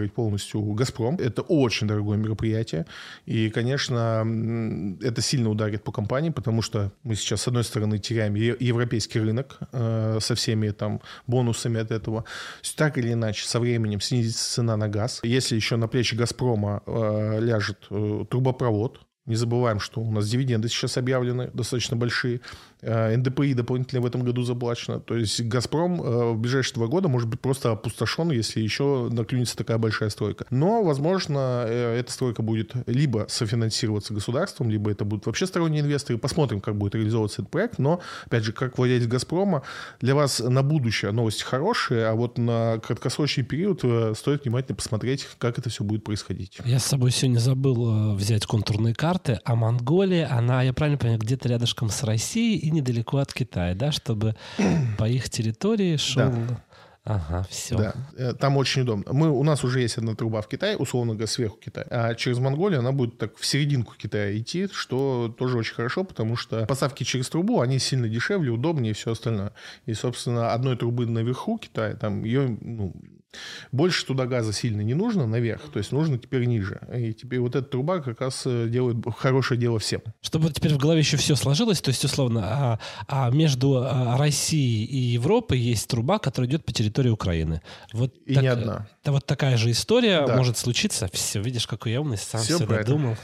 ликвидировать полностью «Газпром». Это очень дорогое мероприятие. И, конечно, это сильно ударит по компании, потому что мы сейчас, с одной стороны, теряем европейский рынок со всеми там бонусами от этого. Так или иначе, со временем снизится цена на газ. Если еще на плечи «Газпрома» ляжет трубопровод, не забываем, что у нас дивиденды сейчас объявлены достаточно большие. НДПИ дополнительно в этом году заплачено. То есть «Газпром» в ближайшие 2 года может быть просто опустошен, если еще наклюнется такая большая стройка. Но, возможно, эта стройка будет либо софинансироваться государством, либо это будут вообще сторонние инвесторы. Посмотрим, как будет реализовываться этот проект. Но, опять же, как владелец «Газпрома», для вас на будущее новости хорошие, а вот на краткосрочный период стоит внимательно посмотреть, как это все будет происходить. Я с собой сегодня забыл взять контурные карты, а Монголия, она, я правильно понимаю, где-то рядышком с Россией и недалеко от Китая, да, чтобы по их территории шел... Да. Ага, все. Да, там очень удобно. У нас уже есть одна труба в Китае, условно говоря, сверху Китая, а через Монголию она будет так в серединку Китая идти, что тоже очень хорошо, потому что поставки через трубу, они сильно дешевле, удобнее и все остальное. И, собственно, одной трубы наверху Китая, там ее, больше туда газа сильно не нужно наверх, то есть нужно теперь ниже. И теперь вот эта труба как раз делает хорошее дело всем. Чтобы теперь в голове еще все сложилось, то есть, условно, между Россией и Европой есть труба, которая идет по территории Украины. Вот и не одна. Вот такая же история может случиться. Все, видишь, какой я умный, сам все додумал.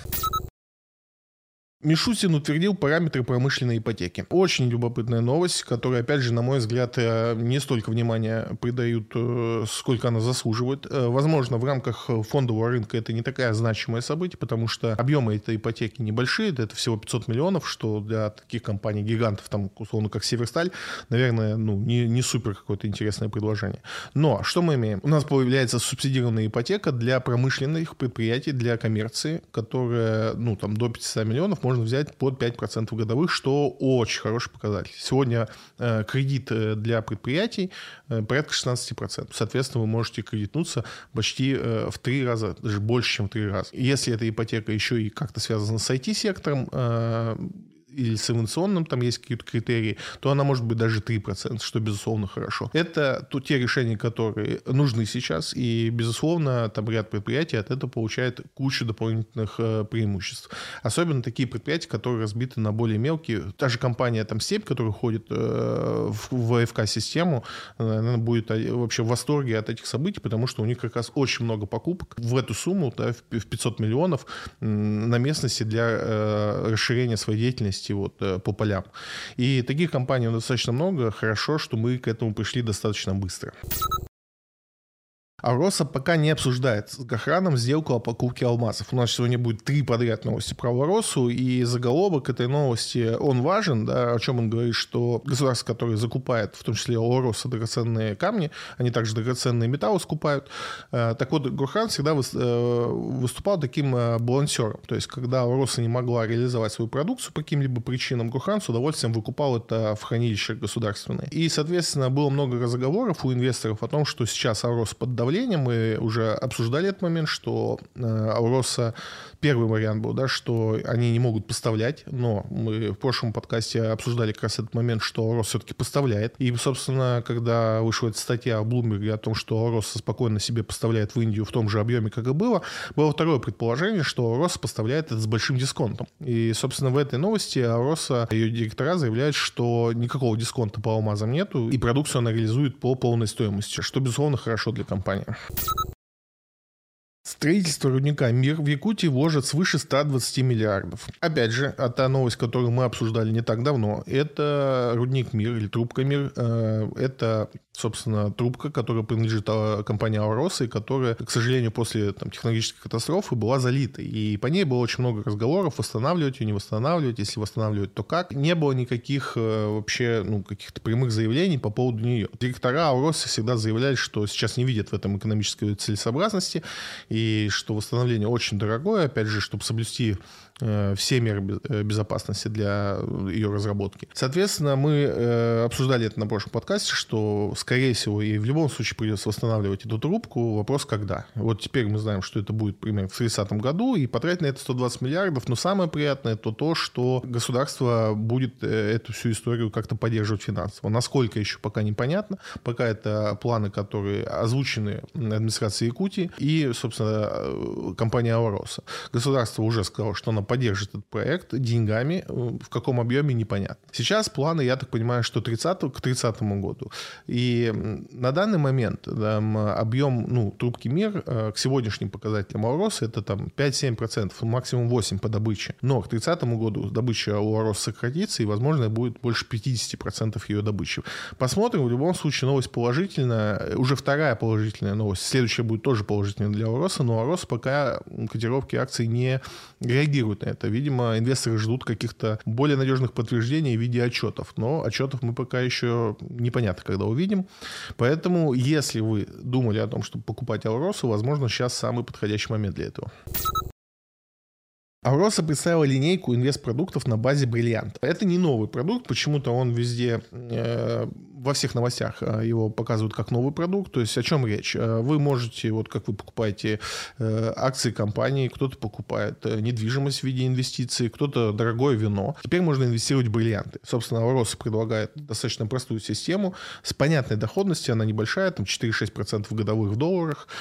Мишустин утвердил параметры промышленной ипотеки. Очень любопытная новость, которая, опять же, на мой взгляд, не столько внимания придают, сколько она заслуживает. Возможно, в рамках фондового рынка это не такое значимое событие, потому что объемы этой ипотеки небольшие, это всего 500 миллионов, что для таких компаний-гигантов, там, условно, как Северсталь, наверное, не супер какое-то интересное предложение. Но что мы имеем? У нас появляется субсидированная ипотека для промышленных предприятий, для коммерции, которая, до 500 миллионов можно взять под 5% годовых, что очень хороший показатель. Сегодня кредит для предприятий порядка 16%. Соответственно, вы можете кредитнуться почти в 3 раза, даже больше, чем в 3 раза. Если эта ипотека еще и как-то связана с IT-сектором, или с инновационным, там есть какие-то критерии, то она может быть даже 3%, что, безусловно, хорошо. Это те решения, которые нужны сейчас, и, безусловно, там ряд предприятий от этого получает кучу дополнительных преимуществ. Особенно такие предприятия, которые разбиты на более мелкие. Та же компания там «Степь», которая входит в АФК-систему, она будет вообще в восторге от этих событий, потому что у них как раз очень много покупок в эту сумму, да, в 500 миллионов на местности для расширения своей деятельности по полям. И таких компаний достаточно много. Хорошо, что мы к этому пришли достаточно быстро. Алроса пока не обсуждает с Гохраном сделку о покупке алмазов. У нас сегодня будет 3 подряд новости про Алросу, и заголовок этой новости, он важен, да, о чем он говорит, что государство, которое закупает, в том числе у Алроса, драгоценные камни, они также драгоценные металлы скупают. Так вот, Гохран всегда выступал таким балансером. То есть, когда Алроса не могла реализовать свою продукцию по каким-либо причинам, Гохран с удовольствием выкупал это в хранилища государственные. И, соответственно, было много разговоров у инвесторов о том, что сейчас Алрос под давлением. Мы уже обсуждали этот момент, что Алроса, первый вариант был, да, что они не могут поставлять, но мы в прошлом подкасте обсуждали как раз этот момент, что Алрос все-таки поставляет. И, собственно, когда вышла эта статья в Bloomberg о том, что Алроса спокойно себе поставляет в Индию в том же объеме, как и было второе предположение, что Алроса поставляет это с большим дисконтом. И, собственно, в этой новости Алроса, ее директора заявляют, что никакого дисконта по алмазам нету, и продукцию она реализует по полной стоимости, что, безусловно, хорошо для компании. Строительство рудника «Мир» в Якутии вложат свыше 120 миллиардов. Опять же, та новость, которую мы обсуждали не так давно, это рудник «Мир» или трубка «Мир». Это, собственно, трубка, которая принадлежит компании «Алроса», и которая, к сожалению, после технологической катастрофы была залита. И по ней было очень много разговоров, восстанавливать ее, не восстанавливать, если восстанавливать, то как. Не было никаких вообще каких-то прямых заявлений по поводу нее. Директора «Алроса» всегда заявляли, что сейчас не видят в этом экономической целесообразности, и и что восстановление очень дорогое, опять же, чтобы соблюсти все меры безопасности для ее разработки. Соответственно, мы обсуждали это на прошлом подкасте, что, скорее всего, и в любом случае придется восстанавливать эту трубку. Вопрос, когда. Вот теперь мы знаем, что это будет примерно в 30 году, и потратить на это 120 миллиардов. Но самое приятное то, что государство будет эту всю историю как-то поддерживать финансово. Насколько еще пока непонятно. Пока это планы, которые озвучены администрацией Якутии и, собственно, компанией Алроса. Государство уже сказало, что оно поддержит этот проект деньгами, в каком объеме непонятно. Сейчас планы, я так понимаю, что к 30 году. И на данный момент объем трубки МИР к сегодняшним показателям Алроса это там 5-7%, максимум 8% по добыче. Но к 30 году добыча у Алроса сократится, и, возможно, будет больше 50% ее добычи. Посмотрим. В любом случае, новость положительная. Уже вторая положительная новость. Следующая будет тоже положительная для Алроса, но Алрос пока котировки акций не реагирует на это. Видимо, инвесторы ждут каких-то более надежных подтверждений в виде отчетов. Но отчетов мы пока еще непонятно, когда увидим. Поэтому, если вы думали о том, чтобы покупать Алросу, возможно, сейчас самый подходящий момент для этого. Алроса представила линейку инвестпродуктов на базе Бриллиант. Это не новый продукт, почему-то он везде, во всех новостях его показывают как новый продукт. То есть о чем речь? Вы можете, вот как вы покупаете акции компании, кто-то покупает недвижимость в виде инвестиций, кто-то дорогое вино. Теперь можно инвестировать в бриллианты. Собственно, Алроса предлагает достаточно простую систему с понятной доходностью, она небольшая, там 4-6% годовых в долларах,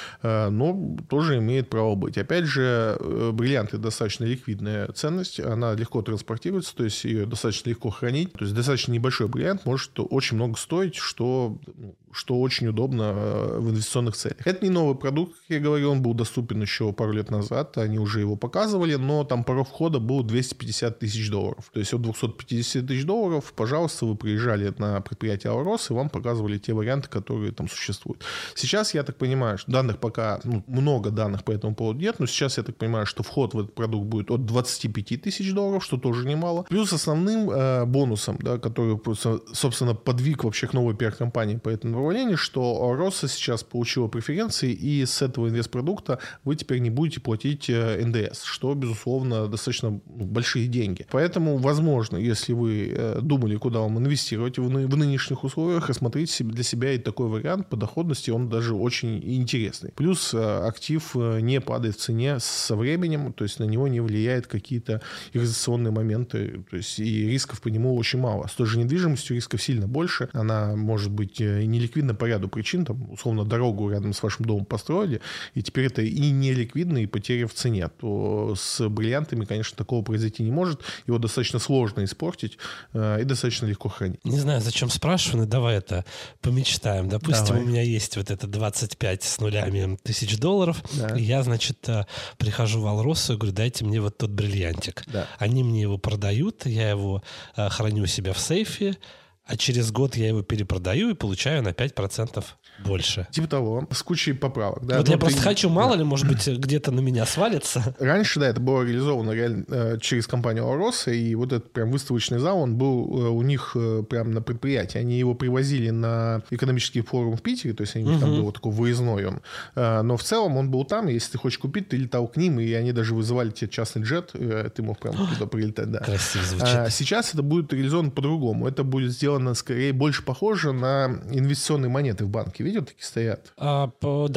но тоже имеет право быть. Опять же, бриллианты достаточно ликвидная ценность, она легко транспортируется, то есть ее достаточно легко хранить. То есть достаточно небольшой бриллиант может очень много стоить, что очень удобно в инвестиционных целях. Это не новый продукт, как я говорил, он был доступен еще пару лет назад, они уже его показывали, но там порог входа был $250 тысяч. То есть от $250 тысяч, пожалуйста, вы приезжали на предприятие Алрос, и вам показывали те варианты, которые там существуют. Сейчас, я так понимаю, что данных пока, много данных по этому поводу нет, но сейчас я так понимаю, что вход в этот продукт будет от $25 тысяч, что тоже немало. Плюс основным бонусом, который, собственно, подвиг вообще к новой пиар-компании по этому направлению, что Алроса сейчас получила преференции, и с этого инвестпродукта вы теперь не будете платить НДС, что, безусловно, достаточно большие деньги. Поэтому, возможно, если вы думали, куда вам инвестировать в нынешних условиях, рассмотрите для себя и такой вариант по доходности, он даже очень интересный. Плюс актив не падает в цене со временем, то есть на него не влияют какие-то инвестиционные моменты, то есть и рисков по нему очень мало. С той же недвижимостью рисков сильно больше, она может быть неликвидна по ряду причин, там, условно, дорогу рядом с вашим домом построили, и теперь это и неликвидно, и потеря в цене. То с бриллиантами, конечно, такого произойти не может, его достаточно сложно испортить и достаточно легко хранить. Не знаю, зачем спрашиваю, но давай это помечтаем. Допустим, у меня есть вот это 25 с нулями тысяч долларов, и я, значит, прихожу в Алросу и говорю, дайте мне вот тот бриллиантик. Да. Они мне его продают, я его храню у себя в сейфе, а через год я его перепродаю и получаю на 5% больше. Типа того, с кучей поправок. Да? Вот я просто хочу, мало ли, может быть, где-то на меня свалится. Раньше, это было реализовано реально через компанию Алроса, и вот этот прям выставочный зал, он был у них прям на предприятии. Они его привозили на экономический форум в Питере, то есть у них там был такой выездной он. Но в целом он был там, и если ты хочешь купить, ты летал к ним, и они даже вызывали тебе частный джет, ты мог прям туда прилетать. Да. Красиво звучит. Сейчас это будет реализовано по-другому. Это будет сделано скорее больше похоже на инвестиционные монеты в банке. Видел, такие стоят? Да.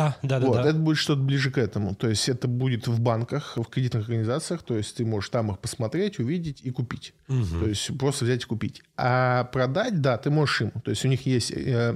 Это будет что-то ближе к этому. То есть это будет в банках, в кредитных организациях. То есть ты можешь там их посмотреть, увидеть и купить. То есть просто взять и купить. А продать, да, ты можешь им. То есть у них есть...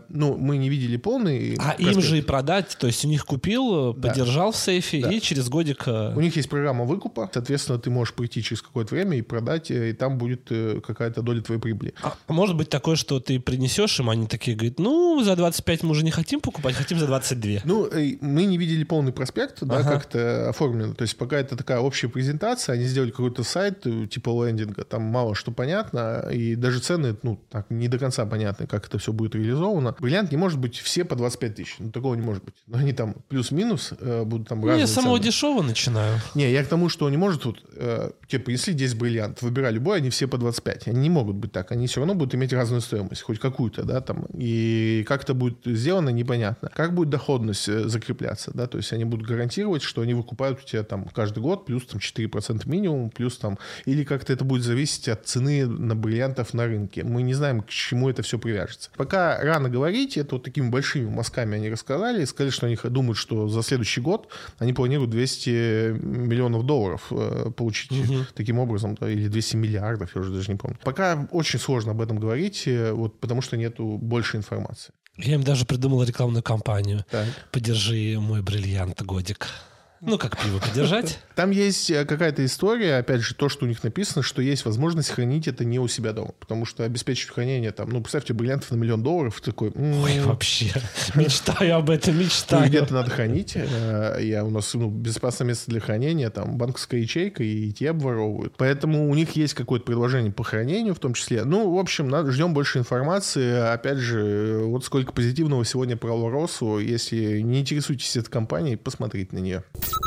мы не видели полный... им же и продать. То есть у них купил, подержал в сейфе, и через годик... У них есть программа выкупа. Соответственно, ты можешь прийти через какое-то время и продать, и там будет какая-то доля твоей прибыли. А может быть такое, что ты принесешь им, они такие говорят, за 25 мы уже не хотим покупать, хотим за 22. Мы не видели полный проспект, как это оформлено. То есть пока это такая общая презентация, они сделали какой-то сайт типа лендинга, там мало что понятно, и даже цены цены, ну, так, не до конца понятно, как это все будет реализовано. Бриллиант не может быть все по 25 тысяч. Ну, такого не может быть. Но они там плюс-минус будут там разные я с самого цены. дешевого начинаю. Не, я к тому, что не может вот, тебе принесли 10 бриллиантов, выбирай любой, они все по 25. Они не могут быть так. Они все равно будут иметь разную стоимость, хоть какую-то, да, там. И как это будет сделано, непонятно. Как будет доходность закрепляться, да, то есть они будут гарантировать, что они выкупают у тебя там каждый год плюс там 4% минимум, плюс там, или как-то это будет зависеть от цены на бриллиантов на рынке. Мы не знаем, к чему это все привяжется. Пока рано говорить, это вот такими большими мазками они рассказали, и сказали, что они думают, что за следующий год они планируют $200 миллионов получить таким образом, да, или 200 миллиардов, я уже даже не помню. Пока очень сложно об этом говорить, вот, потому что нету больше информации. Я им даже придумал рекламную кампанию. Так. «Подержи мой бриллиант годик». Ну, как пиво подержать. Там есть какая-то история, опять же, то, что у них написано, что есть возможность хранить это не у себя дома. Потому что обеспечить хранение там, ну, представьте, бриллиантов на $1 миллион, такой... Ой, вообще, мечтаю об этом, мечтаю. Где-то надо хранить. У нас безопасное место для хранения, там банковская ячейка, и те обворовывают. Поэтому у них есть какое-то предложение по хранению в том числе. Ну, в общем, ждем больше информации. Опять же, вот сколько позитивного сегодня про Алваросу. Если не интересуетесь этой компанией, посмотрите на нее.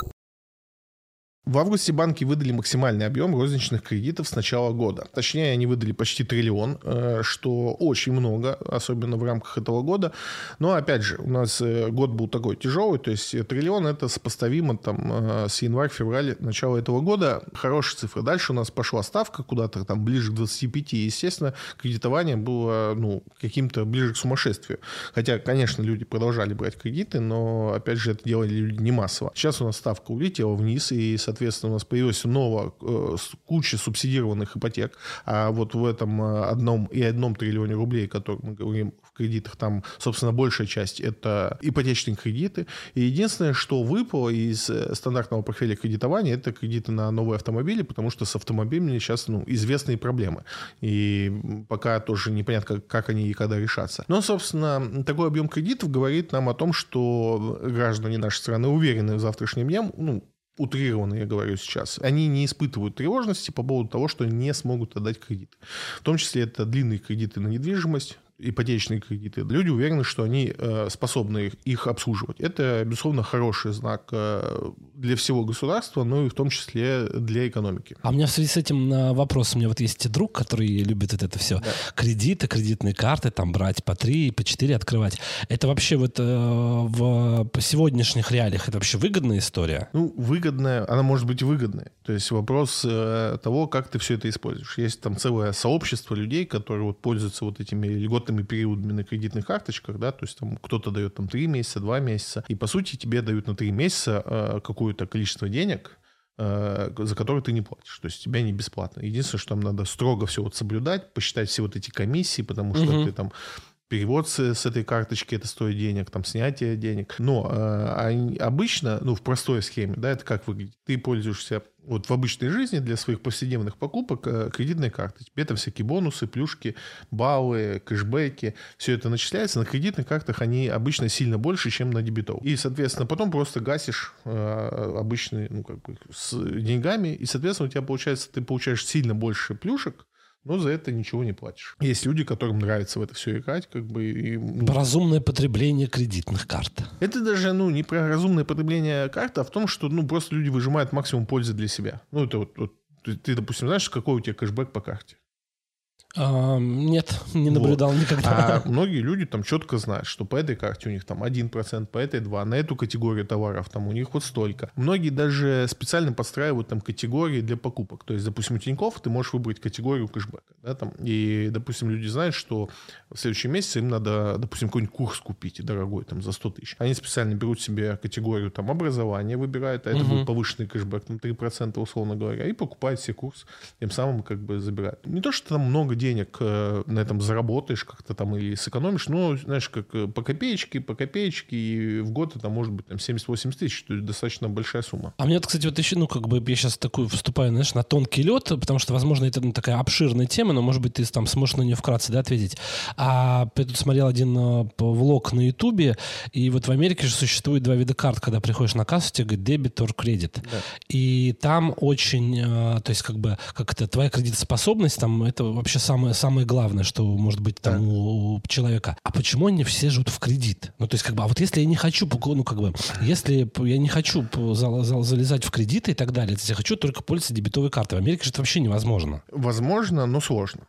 В августе банки выдали максимальный объем розничных кредитов с начала года. Точнее, они выдали почти триллион, что очень много, особенно в рамках этого года. Но, опять же, у нас год был такой тяжелый, то есть триллион — это сопоставимо там, с январь-февраль начала этого года. Хорошая цифра. Дальше у нас пошла ставка куда-то там ближе к 25, и, естественно, кредитование было каким-то ближе к сумасшествию. Хотя, конечно, люди продолжали брать кредиты, но, опять же, это делали люди не массово. Сейчас у нас ставка улетела вниз, и, соответственно, у нас появилась куча субсидированных ипотек, а вот в этом 1 триллионе рублей, о котором мы говорим в кредитах, там, собственно, большая часть — это ипотечные кредиты. И единственное, что выпало из стандартного портфеля кредитования, это кредиты на новые автомобили, потому что с автомобилями сейчас известные проблемы. И пока тоже непонятно, как они и когда решатся. Но, собственно, такой объем кредитов говорит нам о том, что граждане нашей страны уверены в завтрашнем дне, утрированно, я говорю сейчас, они не испытывают тревожности по поводу того, что не смогут отдать кредит. В том числе это длинные кредиты на недвижимость, ипотечные кредиты. Люди уверены, что они способны их обслуживать. Это, безусловно, хороший знак для всего государства, но и в том числе для экономики. А у меня в связи с этим вопрос. У меня вот есть друг, который любит это все. Да. Кредиты, кредитные карты, там брать по 3, по 4 открывать. Это вообще вот в сегодняшних реалиях это вообще выгодная история? Выгодная. Она может быть выгодная. То есть вопрос того, как ты все это используешь. Есть там целое сообщество людей, которые вот пользуются вот этими льготными периодами на кредитных карточках, да, то есть там кто-то дает там 3 месяца, 2 месяца, и по сути тебе дают на 3 месяца какое-то количество денег, за которые ты не платишь. То есть тебя не бесплатно. Единственное, что там надо строго все вот соблюдать, посчитать все вот эти комиссии, потому что ты там перевод с этой карточки, это стоит денег, там снятие денег. Но обычно, в простой схеме, да, это как выглядит? Ты пользуешься вот в обычной жизни для своих повседневных покупок кредитной картой. Тебе там всякие бонусы, плюшки, баллы, кэшбэки. Все это начисляется. На кредитных картах они обычно сильно больше, чем на дебетовых. И, соответственно, потом просто гасишь обычные, с деньгами. И, соответственно, у тебя получается, ты получаешь сильно больше плюшек, но за это ничего не платишь. Есть люди, которым нравится в это все играть. Разумное потребление кредитных карт. Это даже не про разумное потребление карт, а в том, что просто люди выжимают максимум пользы для себя. Это вот ты, допустим, знаешь, какой у тебя кэшбэк по карте? Нет, не наблюдал никогда. А многие люди там четко знают, что по этой карте у них там 1%, по этой 2%, на эту категорию товаров там у них вот столько. Многие даже специально подстраивают там категории для покупок. То есть, допустим, у Тинькофф ты можешь выбрать категорию кэшбэка. Да, там, и, допустим, люди знают, что в следующем месяце им надо, допустим, какой-нибудь курс купить дорогой, там, за 100 тысяч. Они специально берут себе категорию там образования, выбирают, а это будет повышенный кэшбэк на 3%, условно говоря, и покупают себе курс, тем самым забирают. Не то, что там много денег на этом заработаешь как-то там или сэкономишь, но, знаешь, как по копеечке, и в год это может быть там 70-80 тысяч, то есть достаточно большая сумма. А мне, кстати, вот еще, я сейчас такую вступаю, знаешь, на тонкий лед, потому что, возможно, это такая обширная тема, но, может быть, ты там сможешь на нее вкратце, да, ответить. Я тут смотрел один влог на Ютубе, и вот в Америке же существует 2 вида карт, когда приходишь на кассу, тебе говорят дебет or кредит. Да. И там очень, то есть как это твоя кредитоспособность, там это вообще самое главное, что может быть там у человека. А почему они все живут в кредит? Ну, то есть, а вот если я не хочу, если я не хочу залезать в кредиты и так далее, если я хочу только пользоваться дебетовой картой, в Америке же это вообще невозможно. Возможно, но сложно.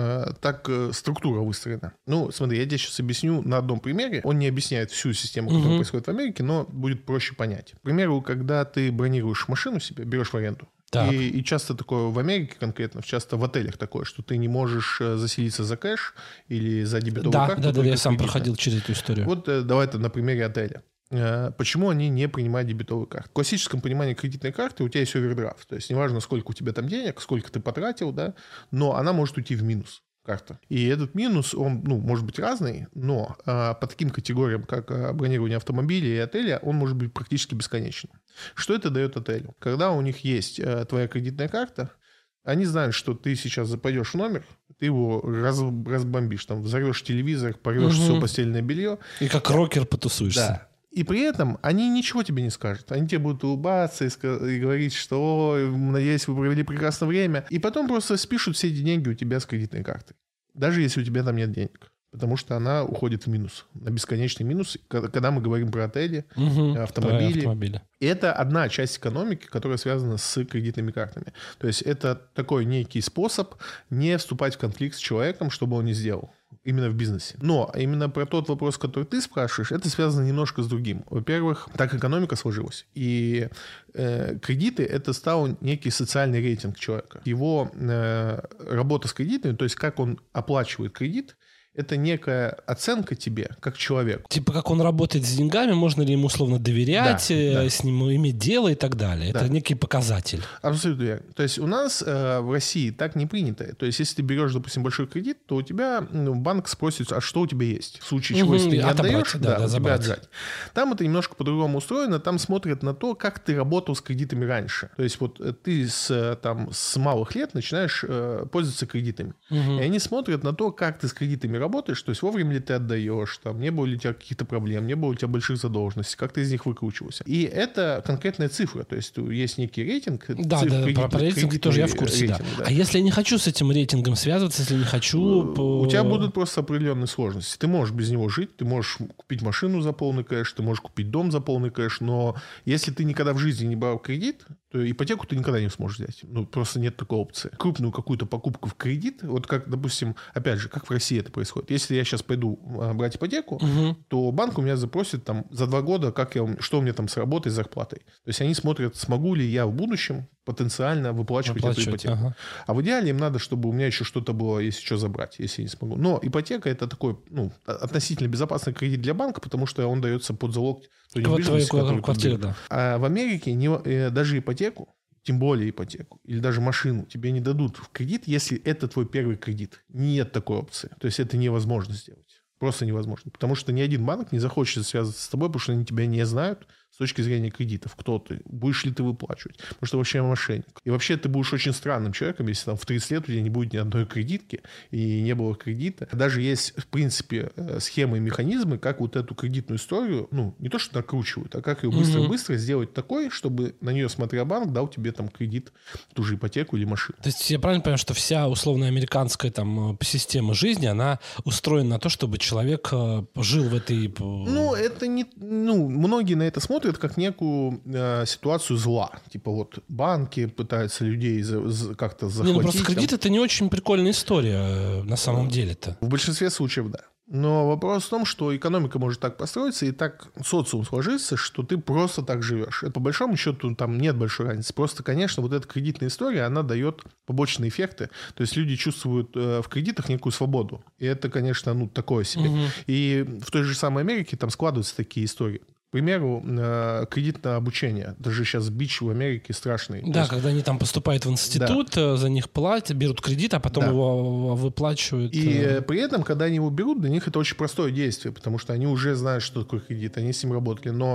Так структура выстроена. Ну, смотри, я тебе сейчас объясню на одном примере. Он не объясняет всю систему, которая происходит в Америке, но будет проще понять. К примеру, когда ты бронируешь машину себе, берешь в аренду, и часто такое в Америке конкретно, часто в отелях такое, что ты не можешь заселиться за кэш или за дебетовую карту. Да, я сам проходил через эту историю. Вот давай это на примере отеля. Почему они не принимают дебетовую карту? В классическом понимании кредитной карты у тебя есть овердрафт. То есть неважно, сколько у тебя там денег, сколько ты потратил, да, но она может уйти в минус, карта. И этот минус, он может быть разный, но по таким категориям, как бронирование автомобиля и отеля, он может быть практически бесконечным. Что это дает отелю? Когда у них есть твоя кредитная карта, они знают, что ты сейчас пойдешь в номер, ты его разбомбишь, там, взорвешь телевизор, порвешь все постельное белье. И как рокер потусуешься. Да. И при этом они ничего тебе не скажут. Они тебе будут улыбаться и говорить, что надеюсь, вы провели прекрасное время. И потом просто спишут все эти деньги у тебя с кредитной карты. Даже если у тебя там нет денег. Потому что она уходит в минус. На бесконечный минус, когда мы говорим про отели, автомобили. И это одна часть экономики, которая связана с кредитными картами. То есть это такой некий способ не вступать в конфликт с человеком, чтобы он не сделал. Именно в бизнесе. Но именно про тот вопрос, который ты спрашиваешь, это связано немножко с другим. Во-первых, так экономика сложилась. И кредиты – это стал некий социальный рейтинг человека. Его работа с кредитами, то есть как он оплачивает кредит, это некая оценка тебе, как человек. Типа, как он работает с деньгами, можно ли ему условно доверять, с ним иметь дело и так далее. Да. Это некий показатель. Абсолютно верно. То есть у нас в России так не принято. То есть если ты берешь, допустим, большой кредит, то у тебя банк спросит, а что у тебя есть? В случае чего, если ты не отдаешь, у тебя отжать. Там это немножко по-другому устроено. Там смотрят на то, как ты работал с кредитами раньше. То есть вот ты с малых лет начинаешь пользоваться кредитами. И они смотрят на то, как ты с кредитами работаешь, то есть вовремя ли ты отдаешь, там, не было ли у тебя каких-то проблем, не было у тебя больших задолженностей, как ты из них выкручивался. И это конкретная цифра, то есть есть некий рейтинг. Да, про рейтинг тоже я в курсе, рейтинг, да. А если я не хочу с этим рейтингом связываться, если не хочу... У тебя будут просто определенные сложности. Ты можешь без него жить, ты можешь купить машину за полный кэш, ты можешь купить дом за полный кэш, но если ты никогда в жизни не брал кредит, то ипотеку ты никогда не сможешь взять. Просто нет такой опции. Крупную какую-то покупку в кредит, вот как, допустим, опять же, как в России это происходит. Если я сейчас пойду брать ипотеку, то банк у меня запросит там за 2 года, что у меня там с работой, с зарплатой. То есть они смотрят, смогу ли я в будущем потенциально выплачивать эту ипотеку. А в идеале им надо, чтобы у меня еще что-то было, если что, забрать, если я не смогу. Но ипотека – это такой относительно безопасный кредит для банка, потому что он дается под залог той недвижимости, которую ты берешь. Да. А в Америке даже ипотеку, тем более ипотеку, или даже машину тебе не дадут в кредит, если это твой первый кредит. Нет такой опции. То есть это невозможно сделать. Просто невозможно. Потому что ни один банк не захочет связаться с тобой, потому что они тебя не знают с точки зрения кредитов. Кто ты? Будешь ли ты выплачивать? Потому что вообще мошенник. И вообще ты будешь очень странным человеком, если там в 30 лет у тебя не будет ни одной кредитки и не было кредита. Даже есть, в принципе, схемы и механизмы, как вот эту кредитную историю, не то что накручивают, а как ее быстро-быстро сделать такой, чтобы на нее, смотря банк, дал тебе там кредит, ту же ипотеку или машину. То есть я правильно понимаю, что вся условно американская там система жизни, она устроена на то, чтобы человек жил в этой... это не... многие на это смотрят как некую ситуацию зла. Типа вот банки пытаются людей как-то захватить. Просто кредит — это не очень прикольная история на самом деле-то. В большинстве случаев, да. Но вопрос в том, что экономика может так построиться и так социум сложится, что ты просто так живешь. Это по большому счету там нет большой разницы. Просто, конечно, вот эта кредитная история, она дает побочные эффекты. То есть люди чувствуют в кредитах некую свободу. И это, конечно, такое себе. И в той же самой Америке там складываются такие истории. К примеру, кредит на обучение. Даже сейчас бич в Америке страшный. Да, есть... когда они там поступают в институт, за них платят, берут кредит, а потом его выплачивают. И при этом, когда они его берут, для них это очень простое действие, потому что они уже знают, что такое кредит, они с ним работали. Но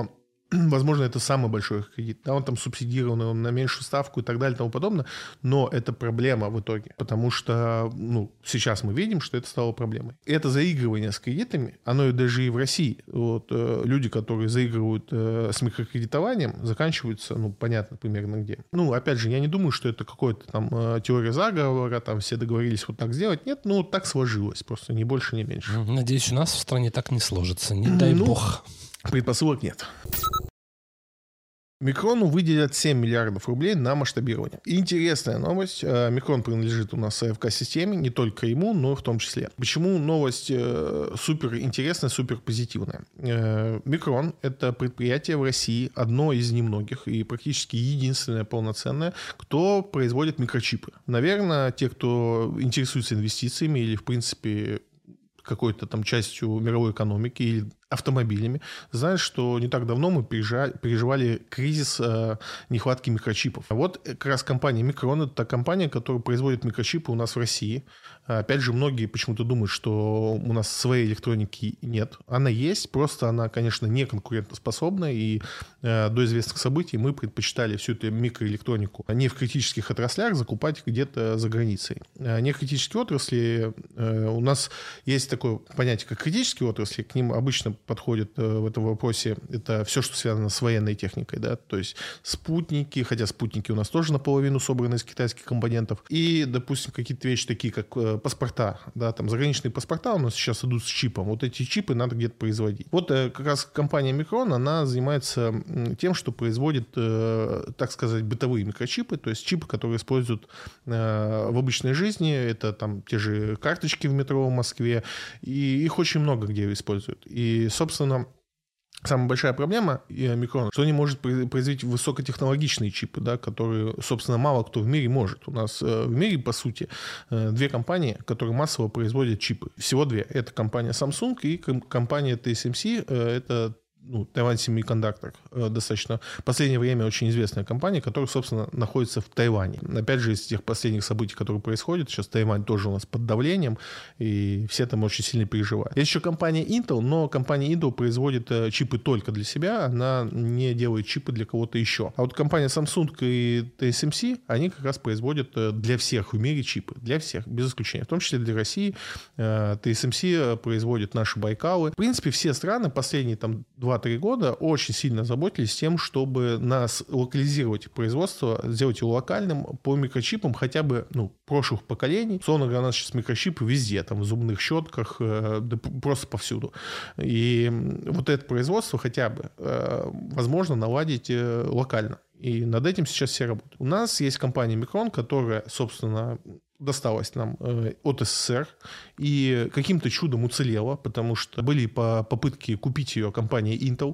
возможно, это самый большой кредит. Да, он там субсидированный, он на меньшую ставку и так далее и тому подобное. Но это проблема в итоге. Потому что сейчас мы видим, что это стало проблемой. И это заигрывание с кредитами, оно и даже и в России. Вот, люди, которые заигрывают с микрокредитованием, заканчиваются, понятно, примерно где. Опять же, я не думаю, что это какая-то там теория заговора, там все договорились вот так сделать. Нет, так сложилось. Просто ни больше, ни меньше. Надеюсь, у нас в стране так не сложится. Не дай бог. Предпосылок нет. Микрону выделят 7 миллиардов рублей на масштабирование. Интересная новость. Микрон принадлежит у нас АФК-системе, не только ему, но и в том числе. Почему новость супер интересная, супер позитивная? Микрон – это предприятие в России, одно из немногих и практически единственное полноценное, кто производит микрочипы. Наверное, те, кто интересуется инвестициями или, в принципе, какой-то там частью мировой экономики или автомобилями, знают, что не так давно мы переживали кризис нехватки микрочипов. А вот как раз компания Micron – это та компания, которая производит микрочипы у нас в России. Опять же, многие почему-то думают, что у нас своей электроники нет. Она есть, просто она, конечно, не конкурентоспособна, и до известных событий мы предпочитали всю эту микроэлектронику не в критических отраслях закупать где-то за границей. Не критические отрасли, у нас есть такое понятие, как критические отрасли, к ним обычно подходит в этом вопросе это все, что связано с военной техникой, да, то есть спутники, хотя спутники у нас тоже наполовину собраны из китайских компонентов, и, допустим, какие-то вещи такие, как паспорта, да, там заграничные паспорта у нас сейчас идут с чипом, вот эти чипы надо где-то производить. Вот как раз компания Micron, она занимается тем, что производит, так сказать, бытовые микрочипы, то есть чипы, которые используют в обычной жизни, это там те же карточки в метро в Москве, и их очень много где используют. И, собственно, самая большая проблема Micron, что он не может производить высокотехнологичные чипы, да, которые, собственно, мало кто в мире может. У нас в мире, по сути, две компании, которые массово производят чипы. Всего две. Это компания Samsung и компания TSMC. Это Taiwan Semiconductor, достаточно в последнее время очень известная компания, которая, собственно, находится в Тайване. Опять же, из тех последних событий, которые происходят, сейчас Тайвань тоже у нас под давлением, и все там очень сильно переживают. Есть еще компания Intel, но компания Intel производит чипы только для себя, она не делает чипы для кого-то еще. А вот компания Samsung и TSMC, они как раз производят для всех в мире чипы, для всех, без исключения, в том числе для России. TSMC производит наши Байкалы. В принципе, все страны последние там 2-3 года очень сильно заботились тем, чтобы нас локализировать производство, сделать его локальным по микрочипам хотя бы прошлых поколений. Условно говоря, у нас сейчас микрочипы везде, там в зубных щетках, да просто повсюду. И вот это производство хотя бы возможно наладить локально. И над этим сейчас все работают. У нас есть компания Micron, которая, собственно, досталась нам от СССР и каким-то чудом уцелела, потому что были попытки купить ее компания Intel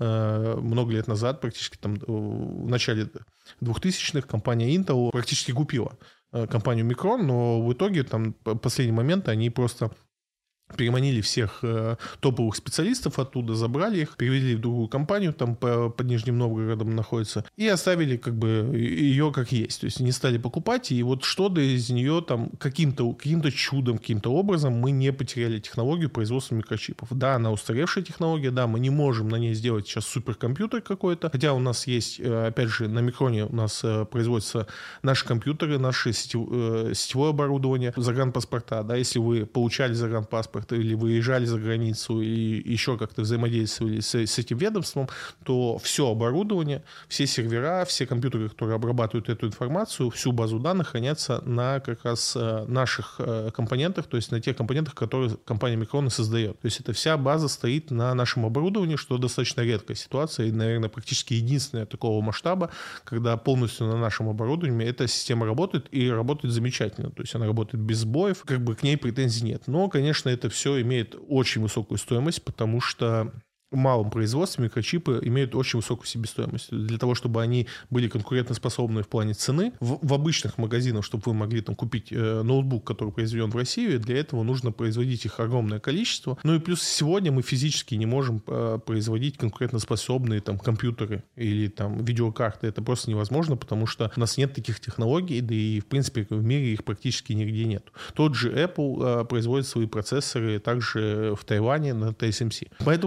много лет назад, практически там в начале 2000-х компания Intel практически купила компанию Micron, но в итоге там в последний момент они просто переманили всех топовых специалистов оттуда, забрали их, перевели в другую компанию, там под Нижним Новгородом находится, и оставили как бы ее как есть. То есть не стали покупать, и вот что-то из нее там каким-то чудом, каким-то образом мы не потеряли технологию производства микрочипов. Да, она устаревшая технология, да, мы не можем на ней сделать сейчас суперкомпьютер какой-то, хотя у нас есть, опять же, на Микроне у нас производятся наши компьютеры, наше сетевое оборудование, загранпаспорта, да, если вы получали загранпаспорт, или выезжали за границу, и еще как-то взаимодействовали с этим ведомством, то все оборудование, все сервера, все компьютеры, которые обрабатывают эту информацию, всю базу данных хранятся на как раз наших компонентах, то есть на тех компонентах, которые компания Micron создает. То есть эта вся база стоит на нашем оборудовании, что достаточно редкая ситуация, и, наверное, практически единственная такого масштаба, когда полностью на нашем оборудовании эта система работает, и работает замечательно. То есть она работает без сбоев, как бы к ней претензий нет. Но, конечно, это все имеет очень высокую стоимость, потому что в малом производстве микрочипы имеют очень высокую себестоимость. Для того, чтобы они были конкурентоспособны в плане цены, в обычных магазинах, чтобы вы могли там купить ноутбук, который произведен в России, для этого нужно производить их огромное количество. Ну и плюс сегодня мы физически не можем производить конкурентоспособные там компьютеры или там видеокарты. Это просто невозможно, потому что у нас нет таких технологий, да и в принципе в мире их практически нигде нет. Тот же Apple производит свои процессоры также в Тайване на TSMC. Поэтому очень много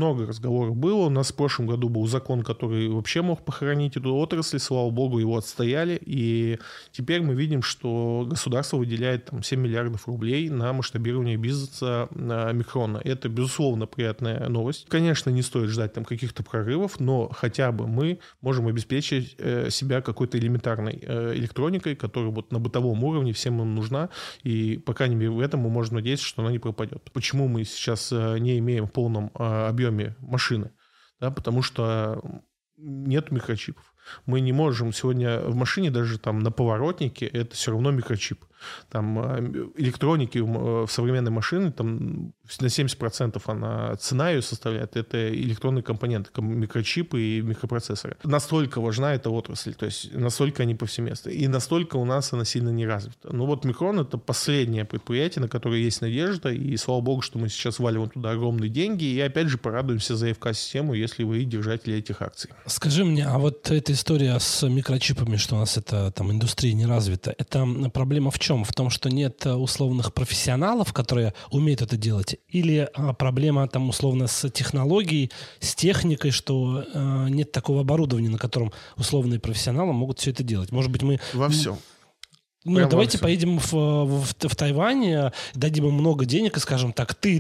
много разговоров было. У нас в прошлом году был закон, который вообще мог похоронить эту отрасль. Слава богу, его отстояли. И теперь мы видим, что государство выделяет там 7 миллиардов рублей на масштабирование бизнеса микрона. Это, безусловно, приятная новость. Конечно, не стоит ждать там каких-то прорывов, но хотя бы мы можем обеспечить себя какой-то элементарной электроникой, которая вот на бытовом уровне всем нам нужна. И, по крайней мере, в этом мы можем надеяться, что она не пропадет. Почему мы сейчас не имеем в полном объеме машины? Да, потому что нет микрочипов. Мы не можем сегодня в машине даже там на поворотнике, это все равно микрочип. Там электроники в современной машине там на 70% цена ее составляет, это электронные компоненты, микрочипы и микропроцессоры. Настолько важна эта отрасль, то есть настолько они повсеместны. И настолько у нас она сильно не развита. Ну вот Микрон — это последнее предприятие, на которое есть надежда, и слава богу, что мы сейчас валиваем туда огромные деньги, и опять же порадуемся за АФК-систему, если вы держатели этих акций. Скажи мне, а вот эта история с микрочипами, что у нас это там индустрия не развита, это проблема в чем? В том, что нет условных профессионалов, которые умеют это делать? Или проблема там условно с технологией, с техникой, что нет такого оборудования, на котором условные профессионалы могут все это делать? Может быть, мы... Во всем. Ну, давайте поедем в Тайвань, дадим им много денег и скажем так, ты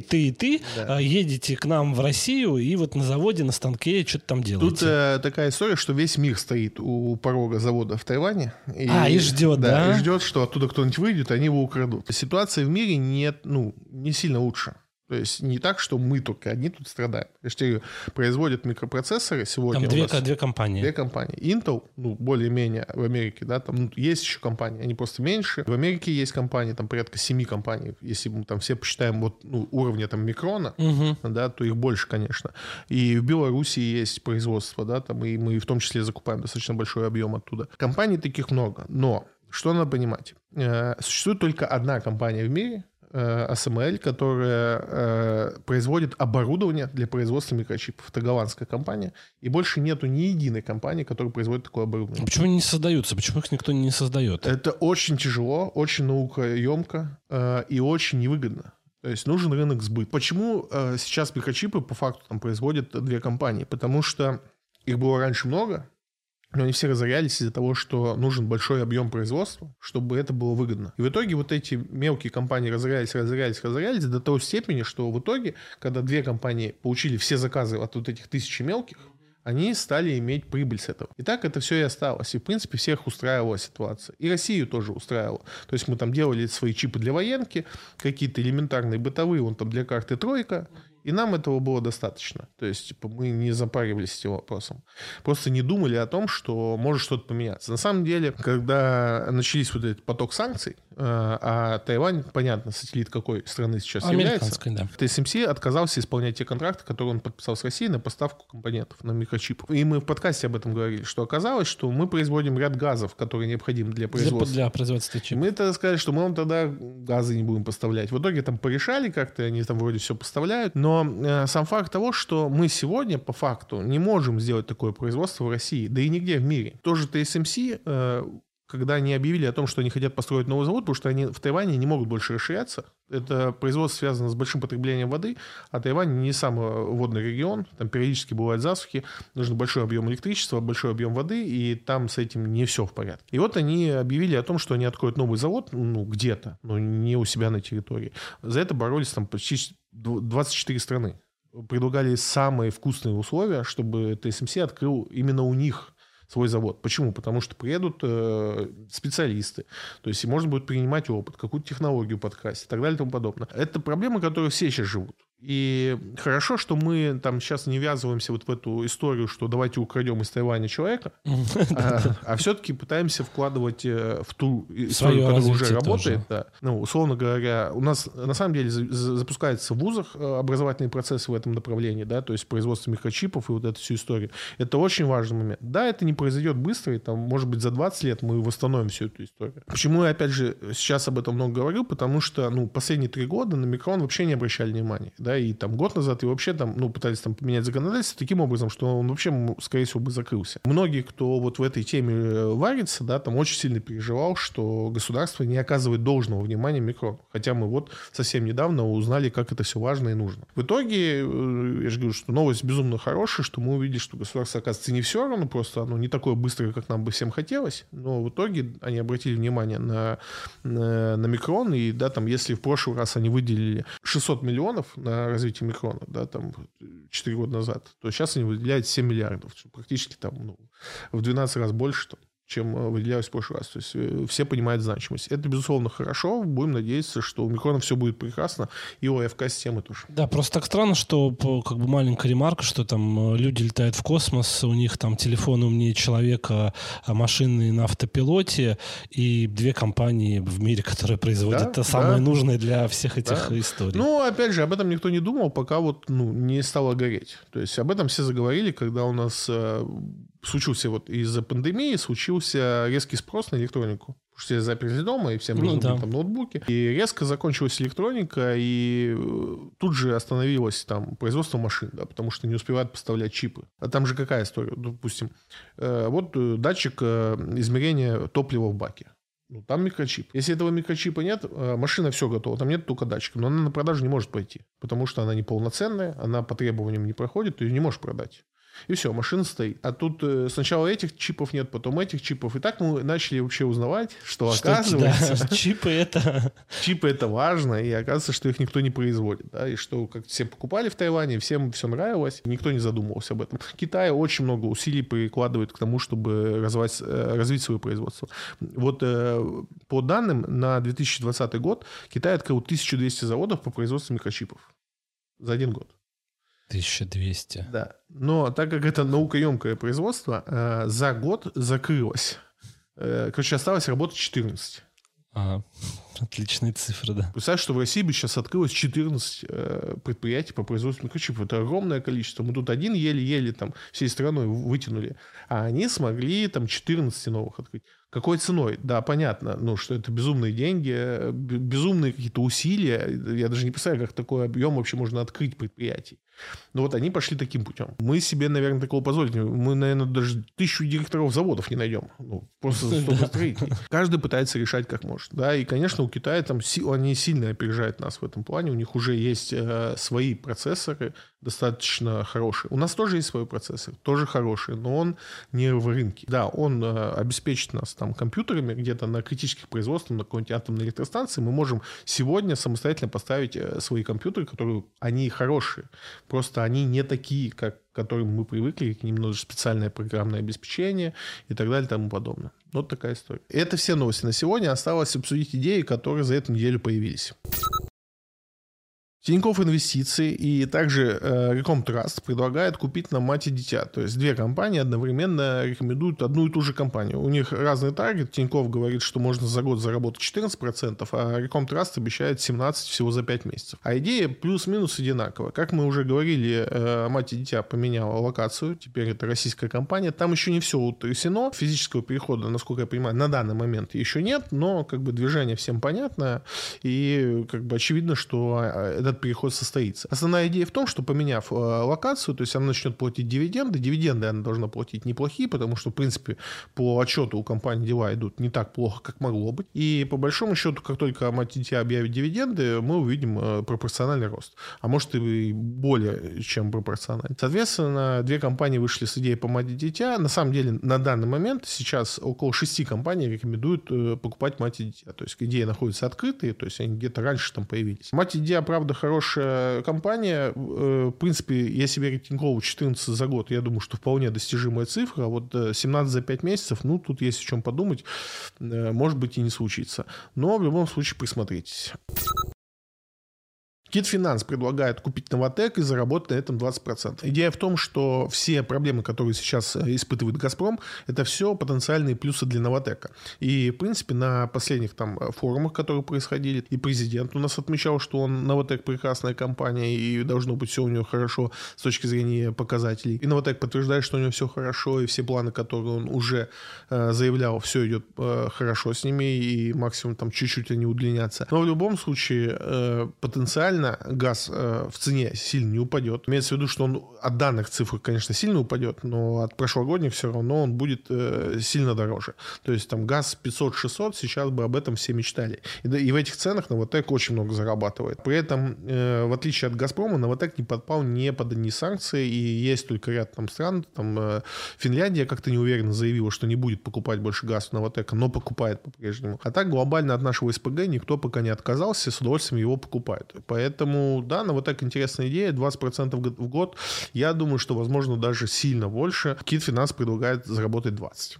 едете к нам в Россию и вот на заводе, на станке что-то там делаете. Тут такая история, что весь мир стоит у порога завода в Тайване. И ждет, да? И ждет, что оттуда кто-нибудь выйдет, они его украдут. Ситуация в мире не сильно лучше. То есть не так, что мы только одни тут страдаем. Я же тебе говорю, производят микропроцессоры сегодня. Там две компании. Две компании. Intel, более-менее в Америке, да, там есть еще компании, они просто меньше. В Америке есть компании, там порядка 7 компаний. Если мы там все посчитаем уровня там микрона, да, то их больше, конечно. И в Беларуси есть производство, да, там, и мы в том числе закупаем достаточно большой объем оттуда. Компаний таких много, но что надо понимать? Существует только одна компания в мире, ASML, которая производит оборудование для производства микрочипов. Это голландская компания. И больше нету ни единой компании, которая производит такое оборудование. Почему они не создаются? Почему их никто не создает? Это очень тяжело, очень наукоемко и очень невыгодно. То есть нужен рынок сбыта. Почему сейчас микрочипы по факту там производят две компании? Потому что их было раньше много, но они все разорялись из-за того, что нужен большой объем производства, чтобы это было выгодно. И в итоге вот эти мелкие компании разорялись до той степени, что в итоге, когда две компании получили все заказы от вот этих 1000 мелких, они стали иметь прибыль с этого. И так это все и осталось. И, в принципе, всех устраивала ситуация. И Россию тоже устраивала. То есть мы там делали свои чипы для военки, какие-то элементарные бытовые, там для карты тройка, и нам этого было достаточно. То есть мы не запаривались этим вопросом. Просто не думали о том, что может что-то поменяться. На самом деле, когда начались вот этот поток санкций, а Тайвань, понятно, сателлит какой страны сейчас является, да. TSMC отказался исполнять те контракты, которые он подписал с Россией на поставку компонентов, на микрочипов. И мы в подкасте об этом говорили, что оказалось, что мы производим ряд газов, которые необходимы для производства. Для производства чипов. Мы тогда сказали, что мы вам тогда газы не будем поставлять. В итоге там порешали как-то, они там вроде все поставляют, но сам факт того, что мы сегодня по факту не можем сделать такое производство в России, да и нигде в мире. Тоже TSMC, когда они объявили о том, что они хотят построить новый завод, потому что они в Тайване не могут больше расширяться. Это производство связано с большим потреблением воды, а Тайвань не самый водный регион, там периодически бывают засухи, нужен большой объем электричества, большой объем воды, и там с этим не все в порядке. И вот они объявили о том, что они откроют новый завод, где-то, но не у себя на территории. За это боролись там почти 24 страны. Предлагали самые вкусные условия, чтобы TSMC открыл именно у них свой завод. Почему? Потому что приедут специалисты, то есть и можно будет принимать опыт, какую-то технологию подкрасить и так далее и тому подобное. Это проблема, которой все сейчас живут. И хорошо, что мы там сейчас не ввязываемся вот в эту историю, что давайте украдем из Тайваня человека, а все-таки пытаемся вкладывать в ту историю, которая уже работает. Да. Условно говоря, у нас на самом деле запускается в вузах образовательные процессы в этом направлении, да, то есть производство микрочипов и вот эту всю историю. Это очень важный момент. Да, это не произойдет быстро, и там, может быть, за 20 лет мы восстановим всю эту историю. Почему я, опять же, сейчас об этом много говорю? Потому что последние 3 года на микрон вообще не обращали внимания. Да? да, и там год назад, и вообще там, пытались там поменять законодательство таким образом, что он вообще, скорее всего, бы закрылся. Многие, кто вот в этой теме варится, да, там очень сильно переживал, что государство не оказывает должного внимания микрону. Хотя мы вот совсем недавно узнали, как это все важно и нужно. В итоге, я же говорю, что новость безумно хорошая, что мы увидели, что государство, оказывается, не все равно, просто оно не такое быстрое, как нам бы всем хотелось, но в итоге они обратили внимание на микрон, и, да, там, если в прошлый раз они выделили 600 миллионов на развитие микрона, да, там, 4 года назад, то сейчас они выделяют 7 миллиардов, практически там, в 12 раз больше, чем выделялось в прошлый раз. То есть все понимают значимость. Это, безусловно, хорошо. Будем надеяться, что у микрона все будет прекрасно, и у АФК-системы тоже. Да, просто так странно, что как бы маленькая ремарка, что там люди летают в космос, у них там телефоны умнее человека, машины на автопилоте, и 2 компании в мире, которые производят самое нужное для всех этих историй. Опять же, об этом никто не думал, пока вот не стало гореть. То есть об этом все заговорили, когда у нас случился вот из-за пандемии случился резкий спрос на электронику. Потому что все заперли дома, и всем нужны были там ноутбуки. И резко закончилась электроника, и тут же остановилось там производство машин, да, потому что не успевают поставлять чипы. А там же какая история? Допустим, вот датчик измерения топлива в баке. Там микрочип. Если этого микрочипа нет, машина все готова. Там нет только датчика. Но она на продажу не может пойти, потому что она неполноценная, она по требованиям не проходит, ты ее не можешь продать. И все, машина стоит. А тут сначала этих чипов нет, потом этих чипов. И так мы начали вообще узнавать, что оказывается... Чипы это... Чипы это важно, и оказывается, что их никто не производит. Да? И что как все покупали в Тайване, всем все нравилось, никто не задумывался об этом. Китай очень много усилий прикладывает к тому, чтобы развить свое производство. Вот по данным, на 2020 год Китай открыл 1200 заводов по производству микрочипов за 1 год. 1200. Да. Но так как это наукоемкое производство, за год закрылось. Короче, осталось работать 14. Ага. Отличные цифры, да. Представь, что в России бы сейчас открылось 14 предприятий по производству микрочипов. Это огромное количество. Мы тут один еле-еле там всей страной вытянули. А они смогли там 14 новых открыть. Какой ценой? Да, понятно, что это безумные деньги, безумные какие-то усилия. Я даже не представляю, как такой объем вообще можно открыть предприятий. Но вот они пошли таким путем. Мы себе, наверное, такого позволить. Мы, наверное, даже 1000 директоров заводов не найдем. Просто столько строителей. Каждый пытается решать как может. Да, и, конечно, у Китая там они сильно опережают нас в этом плане. У них уже есть свои процессоры достаточно хорошие. У нас тоже есть свой процессор, тоже хороший, но он не в рынке. Да, он обеспечит нас там компьютерами где-то на критических производствах, на какой-нибудь атомной электростанции. Мы можем сегодня самостоятельно поставить свои компьютеры, которые они хорошие. Просто они не такие, как к которым мы привыкли, к ним нужно специальное программное обеспечение и так далее и тому подобное. Вот такая история. Это все новости на сегодня. Осталось обсудить идеи, которые за эту неделю появились. Тинькофф Инвестиции и также Recom Trust предлагают купить на мать и дитя. То есть 2 компании одновременно рекомендуют одну и ту же компанию. У них разный таргет. Тинькофф говорит, что можно за год заработать 14%, а Recom Trust обещает 17% всего за 5 месяцев. А идея плюс-минус одинаковая. Как мы уже говорили, мать и дитя поменяла локацию. Теперь это российская компания. Там еще не все утрясено. Физического перехода, насколько я понимаю, на данный момент еще нет, но как бы движение всем понятно. И как бы очевидно, что этот переход состоится. Основная идея в том, что поменяв локацию, то есть она начнет платить дивиденды. Дивиденды она должна платить неплохие, потому что, в принципе, по отчету у компании дела идут не так плохо, как могло быть. И по большому счету, как только мать и дитя объявит дивиденды, мы увидим пропорциональный рост. А может и более чем пропорциональный. Соответственно, 2 компании вышли с идеей по мать и дитя. На самом деле, на данный момент сейчас около 6 компаний рекомендуют покупать мать и дитя. То есть идеи находятся открытые, то есть они где-то раньше там появились. Мать и дитя, правда, хорошая компания. В принципе, если верить Тинькову, 14 за год, я думаю, что вполне достижимая цифра. А вот 17 за 5 месяцев, тут есть о чем подумать. Может быть, и не случится. Но в любом случае присмотритесь. Кит-Финанс предлагает купить Новатэк и заработать на этом 20%. Идея в том, что все проблемы, которые сейчас испытывает «Газпром», это все потенциальные плюсы для Новатэка. И, в принципе, на последних там форумах, которые происходили, и президент у нас отмечал, что Новатэк прекрасная компания, и должно быть все у него хорошо с точки зрения показателей. И Новатэк подтверждает, что у него все хорошо, и все планы, которые он уже заявлял, все идет хорошо с ними, и максимум там чуть-чуть они удлинятся. Но в любом случае потенциально глобально газ в цене сильно не упадет. Имеется в виду, что он от данных цифр, конечно, сильно упадет, но от прошлогодних все равно он будет сильно дороже. То есть там газ 500-600, сейчас бы об этом все мечтали. И в этих ценах Новатэк очень много зарабатывает. При этом, в отличие от Газпрома, Новатэк не подпал ни под одни санкции, и есть только ряд там стран, там Финляндия как-то неуверенно заявила, что не будет покупать больше газ у Новатэка, но покупает по-прежнему. А так глобально от нашего СПГ никто пока не отказался, с удовольствием его покупают. Поэтому, да, Новатэк интересная идея, 20% в год. Я думаю, что, возможно, даже сильно больше. Кит-Финанс предлагает заработать 20%.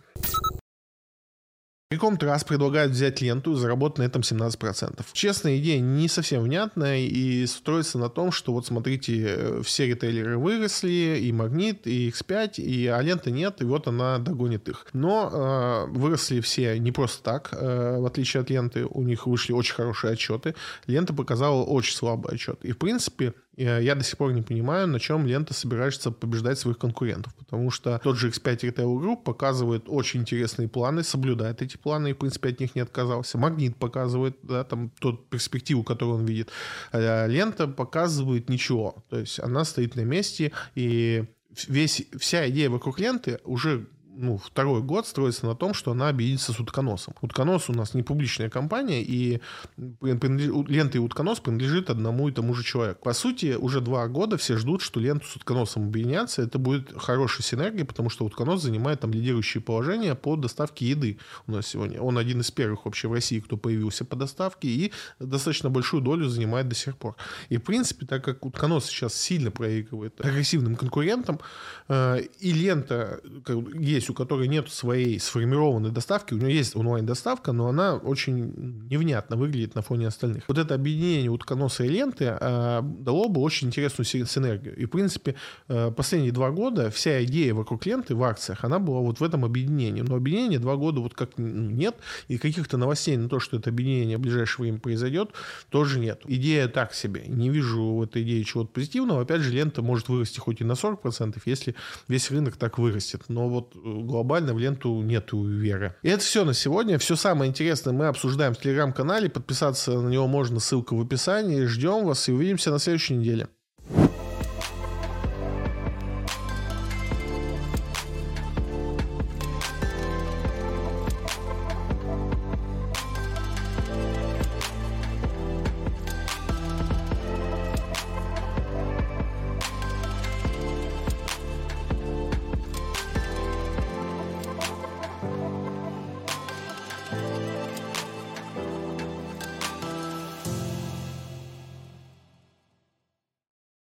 Рекомтрас предлагает взять ленту и заработать на этом 17%. Честная идея не совсем внятная и строится на том, что вот смотрите, все ритейлеры выросли, и Магнит, и X5, а ленты нет, и вот она догонит их. Но выросли все не просто так, в отличие от ленты, у них вышли очень хорошие отчеты. Лента показала очень слабый отчет. И в принципе, я до сих пор не понимаю, на чем лента собирается побеждать своих конкурентов. Потому что тот же X5 Retail Group показывает очень интересные планы, соблюдает эти планы и, в принципе, от них не отказался. Магнит показывает, да, там, ту перспективу, которую он видит. Лента показывает ничего. То есть она стоит на месте, и вся идея вокруг ленты уже... второй год строится на том, что она объединится с Утконосом. Утконос у нас не публичная компания, и лента и Утконос принадлежит одному и тому же человеку. По сути, уже 2 года все ждут, что ленту с Утконосом объединятся. Это будет хорошая синергия, потому что Утконос занимает там лидирующее положение по доставке еды у нас сегодня. Он один из первых вообще в России, кто появился по доставке, и достаточно большую долю занимает до сих пор. И, в принципе, так как Утконос сейчас сильно проигрывает агрессивным конкурентам, и лента есть, у которой нет своей сформированной доставки, у нее есть онлайн-доставка, но она очень невнятно выглядит на фоне остальных. Вот это объединение Утконоса и ленты дало бы очень интересную синергию. И, в принципе, последние 2 года вся идея вокруг ленты в акциях, она была вот в этом объединении. Но объединение 2 года вот как нет, и каких-то новостей на то, что это объединение в ближайшее время произойдет, тоже нет. Идея так себе. Не вижу в этой идее чего-то позитивного. Опять же, лента может вырасти хоть и на 40%, если весь рынок так вырастет. Но вот глобально в ленту нету веры. И это все на сегодня. Все самое интересное мы обсуждаем в Телеграм-канале. Подписаться на него можно, ссылка в описании. Ждем вас и увидимся на следующей неделе.